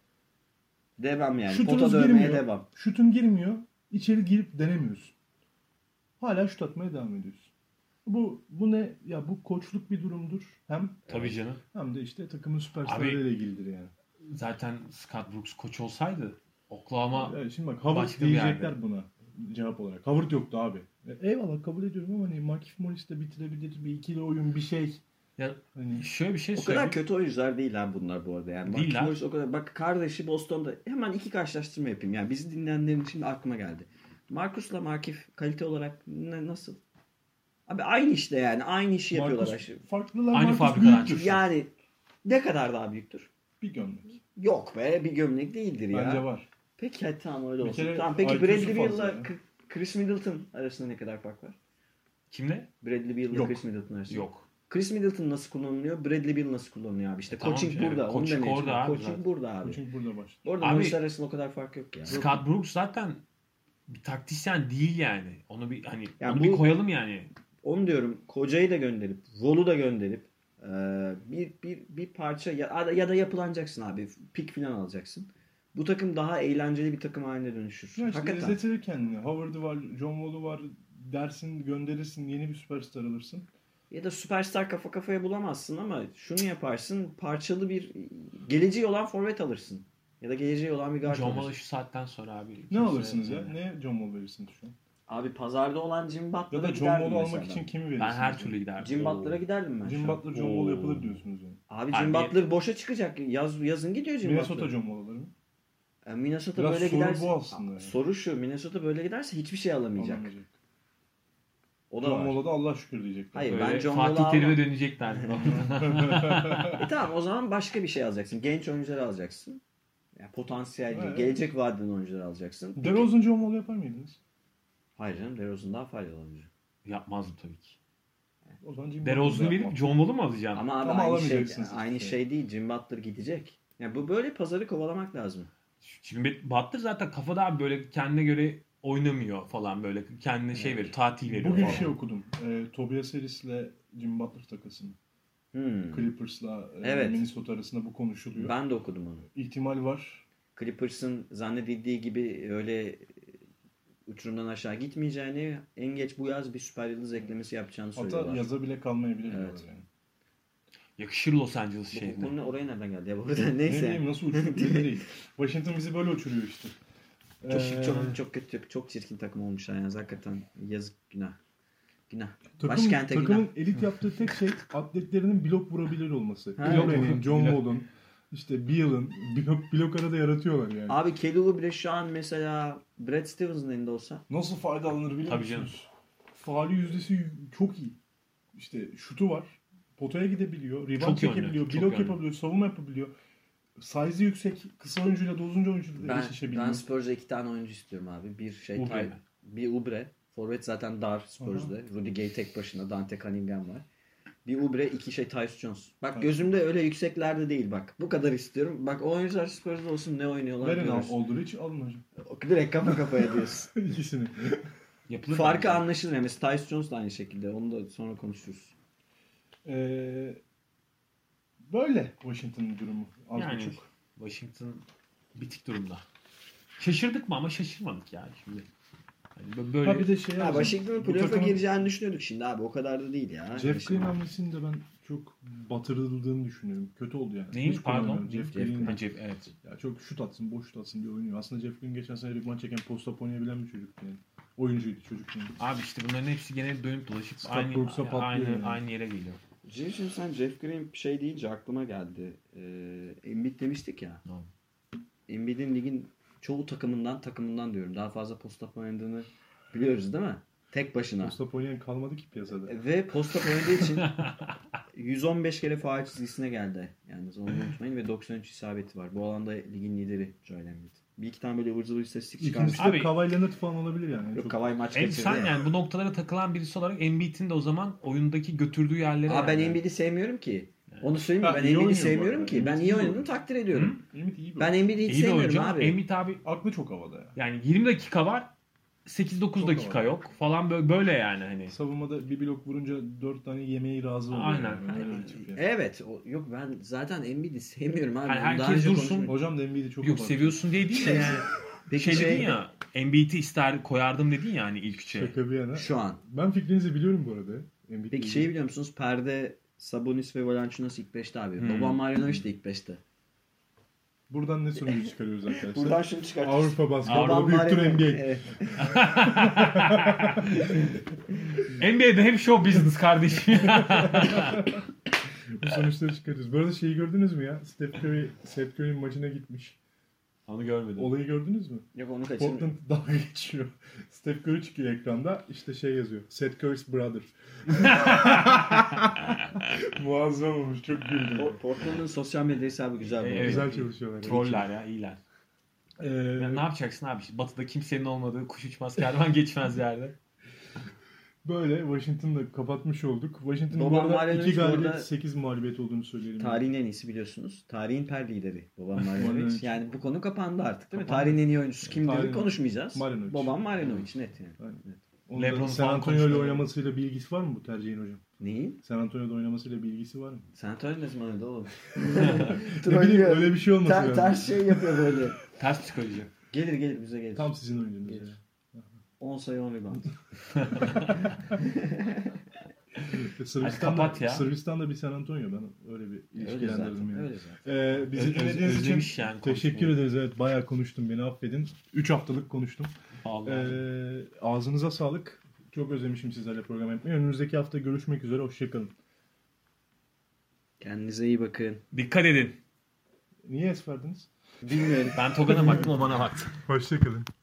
Devam yani. Şutunuz Pota dövmeye girmiyor. devam. Şutun girmiyor. İçeri girip denemiyorsun. Hala şut atmaya devam ediyorsun. Bu bu ne? Ya bu koçluk bir durumdur. Hem Tabii canım. hem de işte takımın süperstarlarıyla ilgilidir yani. Zaten Scott Brooks koç olsaydı Oklahoma Yani şimdi bak Howard başka bir diyecekler yerde. buna cevap olarak. Howard yoktu abi. E, eyvallah kabul ediyorum ama hani Markieff Morris de bitirebilir. Bir ikili oyun bir şey. Ya Hani şöyle bir şey O söyleyeyim. kadar kötü oyuncular değil ha bunlar bu arada. Yani Markieff Değiller. Morris o kadar. Bak kardeşi Boston'da, hemen iki karşılaştırma yapayım. Yani bizi dinleyenlerin şimdi aklıma geldi. Marcus'la Markieff kalite olarak ne, nasıl? Abi aynı işte yani. Aynı işi yapıyorlar. Marcus aşırı. farklılar. Aynı Marcus fabrikadan büyüktür. çıkıyor. Yani ne kadar daha büyüktür? Bir gömlek. Yok be, bir gömlek değildir ya. Bence var. Peki hadi tamam öyle Bir olsun. kere Tamam peki I Q'su Bradley fazla Beal'la ya. K- Chris Middleton arasında ne kadar fark var? Kimle? Bradley Beal'la Yok. Chris Middleton arasında. Yok. Chris Middleton nasıl kullanılıyor? Bradley Beal nasıl kullanılıyor abi? İşte Tamam, coaching evet, burada. Onu coaching demeye orada çalışıyorum. abi Coaching zaten. burada abi. Çünkü burada başladı. Orada Abi- oyuncular arasında o kadar fark yok yani. Scott Brooks zaten bir taktisyen değil yani. Onu bir hani Ya onu bu- bir koyalım yani. Onu diyorum. Kocayı da gönderip, Vol'u da gönderip e, bir bir bir parça ya, ya da yapılanacaksın abi. Pik falan alacaksın. Bu takım daha eğlenceli bir takım haline dönüşür. Ya işte Hakikaten. izletir kendini. Howard'ı var, John Wall'u var dersin, gönderirsin, yeni bir süperstar alırsın. Ya da süperstar kafa kafaya bulamazsın ama şunu yaparsın. Parçalı bir geleceği olan forvet alırsın. Ya da geleceği olan bir guard John alırsın. Wall'ı şu saatten sonra abi. Ne kimse- alırsınız ya? Ne John Wall verirsiniz şu an? Abi pazarda olan Jim Butler'a Ya da John giderdim Wall'u almak mesela için ben. kimi verirsiniz? Ben her ya? türlü giderdim. Jim Butler'a giderdim ben Jim şu an. Butler, John Wall Oo. yapılır diyorsunuz yani. Abi Abi- Jim Butler boşa çıkacak. Yaz, yazın gidiyor Jim Minnesota Butler. John Wall alır mı? Yani Minnesota Biraz böyle soru giderse bu aslında yani. soru şu, Minnesota böyle giderse hiçbir şey alamayacak. Alamayacak. O da John var. Wall'a da Allah şükür diyecekler. Hayır, Böyle ben John Fatih Wall'u Terim'e almam. dönecekler. E tamam, o zaman başka bir şey alacaksın. Genç oyuncuları alacaksın. Yani potansiyel değil, Evet. gelecek vadeden oyuncuları alacaksın. DeRozan John Wall yapar mıydınız? Hayır canım, DeRozan daha faydalı oyuncu. Yapmazdım tabii ki. O zaman Jim DeRozan'ı Butler'ı verip yapmam. John Wall'u mu alacağım? Ama abi Ama aynı şey, alamayacaksınız aynı hiçbir şey. şey. değil. Jim Butler gidecek. Yani bu böyle pazarı kovalamak lazım. Şimdi Butler zaten kafada abi böyle kendine göre oynamıyor falan böyle. Kendine şey veriyor, tatil veriyor Bugün falan. şey okudum. E, Tobias Harris'le Jim Butler takasını. Hmm. Clippers'la e, Evet. Minnesota arasında bu konuşuluyor. Ben de okudum onu. İhtimal var. Clippers'ın zannedildiği gibi öyle uçurumdan aşağı gitmeyeceğini, en geç bu yaz bir süper yıldız eklemesi yapacağını Hatta söylüyorlar. yaza bile kalmayabilir Evet. diyorlar yani. Yakışır Los Angeles Bu, bu şehrine. konu oraya nereden geldi ya bu arada? Ne Neyse. bileyim nasıl uçuruyor belli değil. Washington bizi böyle uçuruyor işte. Çok, Ee, çok, çok kötü, çok çirkin takım olmuşlar yani hakikaten. Yazık, günah. Günah. takım, Başkente takımın günah. elit yaptığı tek şey atletlerinin blok vurabilir olması. Ha, Clowney'nin, evet. John Wall'un, işte Beal'ın blok, blok arada yaratıyorlar yani. Abi Kelly bile şu an mesela Brad Stevens'ın elinde olsa. Nasıl faydalanır biliyor Tabii musunuz? Faali yüzdesi çok iyi. İşte şutu var. Potaya gidebiliyor. Rebound Çok yönlü, çekebiliyor. çok Blok yönlü. yapabiliyor. Savunma yapabiliyor. Size'ı yüksek. Kısa oyuncuyla da uzunca oyuncuyla Ben, eşleşebiliyor. ben Spurs'da iki tane oyuncu istiyorum abi. Bir şey Oubre Ty- mi? bir Oubre. Forvet zaten dar Spurs'da. Rudy Gay tek başına. Dante Cunningham var. Bir Oubre, iki şey Tyus Jones. Bak Tabii. gözümde öyle yükseklerde değil bak. Bu kadar istiyorum. Bak o oyuncular Spurs'da olsun, ne oynuyorlar Verin al, görürsün. Aldridge alın hocam. Direkt kafa kafaya diyorsun. İkisini. Yapılır Farkı bence. anlaşılır. Mesela Tyus Jones da aynı şekilde. Onu da sonra konuşuruz. Ee, böyle Washington'ın durumu. Az Yani buçuk. Washington bitik durumda. Şaşırdık mı ama şaşırmadık yani şimdi. Yani böyle Ha bir de şey Ha, yazdım. Washington'ın Bu playoff'a takımın gireceğini düşünüyorduk şimdi abi. O kadar da değil ya. Jeff Green hamlesini de ben çok batırıldığını düşünüyorum. Kötü oldu yani. neyin Hiç pardon? kullanmıyorum. Jeff, Jeff Jeff Green. Ha, Jeff, evet. Ya çok şut atsın, boş şut atsın diye oynuyor. Aslında Jeff Green geçen sene rebound çeken, post-up oynayabilen bir çocuktu yani. Oyuncuydu çocuk yani. Abi işte bunların hepsi gene dönüp dolaşıp Scott aynı Brooks'a patlıyor aynı yani. aynı yere geliyor. Şimdi sen Jeff Green şey deyince aklıma geldi. Ee, Embiid demiştik ya. No. Embiid'in ligin çoğu takımından takımından diyorum. Daha fazla post-up oynadığını biliyoruz değil mi? Tek başına. Post-up oynayan kalmadı ki piyasada. Ve post-up oynadığı için yüz on beş kere faul çizgisine geldi. Yani onu unutmayın ve doksan üç isabeti var. Bu alanda ligin lideri Joel Embiid. Bir iki tane böyle ıvır zıvır istatistik çıkarmış. İkincisi de Abi- Kawhi Leonard falan olabilir yani. Yok Çok- Kawhi maç Em, kaçırdı sen ya. yani bu noktalara takılan birisi olarak Embiid'in de o zaman oyundaki götürdüğü yerlere Aa, ben yani. Embiid'i sevmiyorum ki. Onu söyleyeyim mi? Ha, Ben iyi Embiid'i oynuyor bu sevmiyorum arada. ki. Ben Embiid iyi iyi oynadığını oynuyor. takdir ediyorum. Embiid iyi bir Ben oyuncu. Embiid'i hiç İyi de oyuncu sevmiyorum ama abi. Embiid abi Aklı çok havada ya. yani yirmi dakika var sekiz dokuz Çok dakika havalı. yok falan böyle, böyle yani hani. Savunmada bir blok vurunca dört tane yemeği razı oluyor. Aynen. Yani. Öyle bir tip yani. Evet. O, yok ben zaten Embiid'i sevmiyorum abi. Yani Onu daha herkes önce dursun. konuştuk. Hocam da Embiid'i çok Yok abartıyor. seviyorsun diye değil de yani. Peki şey, şey, dedin ya Embiid'i ister koyardım dedin ya hani ilk üçe. Şaka bir yana. şu an. Ben fikrinizi biliyorum bu arada. Embiid'le Peki ilgili. şeyi biliyor musunuz? Perde, Sabonis ve Valanciunas ilk beşte abi. Hmm. Boban Marjanovic de ilk beşte. Buradan ne sonucu çıkarıyoruz arkadaşlar? Buradan şunu çıkartıyoruz. Avrupa basketbolu Boban büyüktür N B A. Marjanovic- Evet. N B A'de hep show business kardeşim. Bu sonuçları çıkarıyoruz. Bu arada şeyi gördünüz mü ya? Steph Curry, Steph Curry'nin maçına gitmiş. Onu görmedim. Olayı gördünüz mü? Yok onu kaçırdım. Portland dalga geçiyor. Steph Curry çıkıyor ekranda. İşte şey yazıyor. Seth Curry's brother. Muazzam olmuş. Çok güldüm. Po- Portland'ın sosyal medya hesabı güzel. bu Evet. arada. Güzel çalışıyorlar. Troller ya iyiler. Ee, Ya ne yapacaksın abi? Batı'da kimsenin olmadığı kuş uçmaz kervan geçmez yerde. Böyle Washington'da kapatmış olduk. Washington'ın bu Boban arada Marjanovic iki bu galibiyet arada- sekiz mağlubiyet olduğunu söyleyelim. Tarihin en iyisi biliyorsunuz. Tarihin per lideri Boban Marjanovic. Marjanovic. Yani bu konu kapandı artık değil mi? Kapandı. Tarihin en iyi oyuncusu kim Tarihin- dedik konuşmayacağız. Marjanovic. Boban Marjanovic net yani. Aynen. Evet. Onun LeBron da San falan Antonio ile konuşuyor. oynamasıyla bir ilgisi var mı bu tercihin hocam? Neyin? San Antonio'da oynamasıyla bir ilgisi var mı? San Antonio ne zaman oynadı oğlum? Ne bileyim öyle bir şey olması Ter, lazım. ters şey yapıyor böyle. Ters psikoloji. Gelir gelir bize gelir. Tam sizin oyuncunuz Gelir. ya. on sayı on rebound. Sırbistan'da, kapat ya. Sırbistan'da bir San Antonio ben öyle bir Öyle ilişkilendirdim zaten. yani. Öyle zaten. Ee, bizi Öz- öz- dinlediğiniz için özlemiş yani teşekkür konuşmayı. ederiz. Evet bayağı konuştum beni affedin. üç haftalık konuştum. Allah. Ee, ağzınıza sağlık. Çok özlemişim sizlerle program yapmayı. Önümüzdeki hafta görüşmek üzere. Hoşçakalın. Kendinize iyi bakın. Dikkat edin. Niye es verdiniz? Bilmiyorum. Ben Togan'a baktım o bana baktı. Hoşçakalın.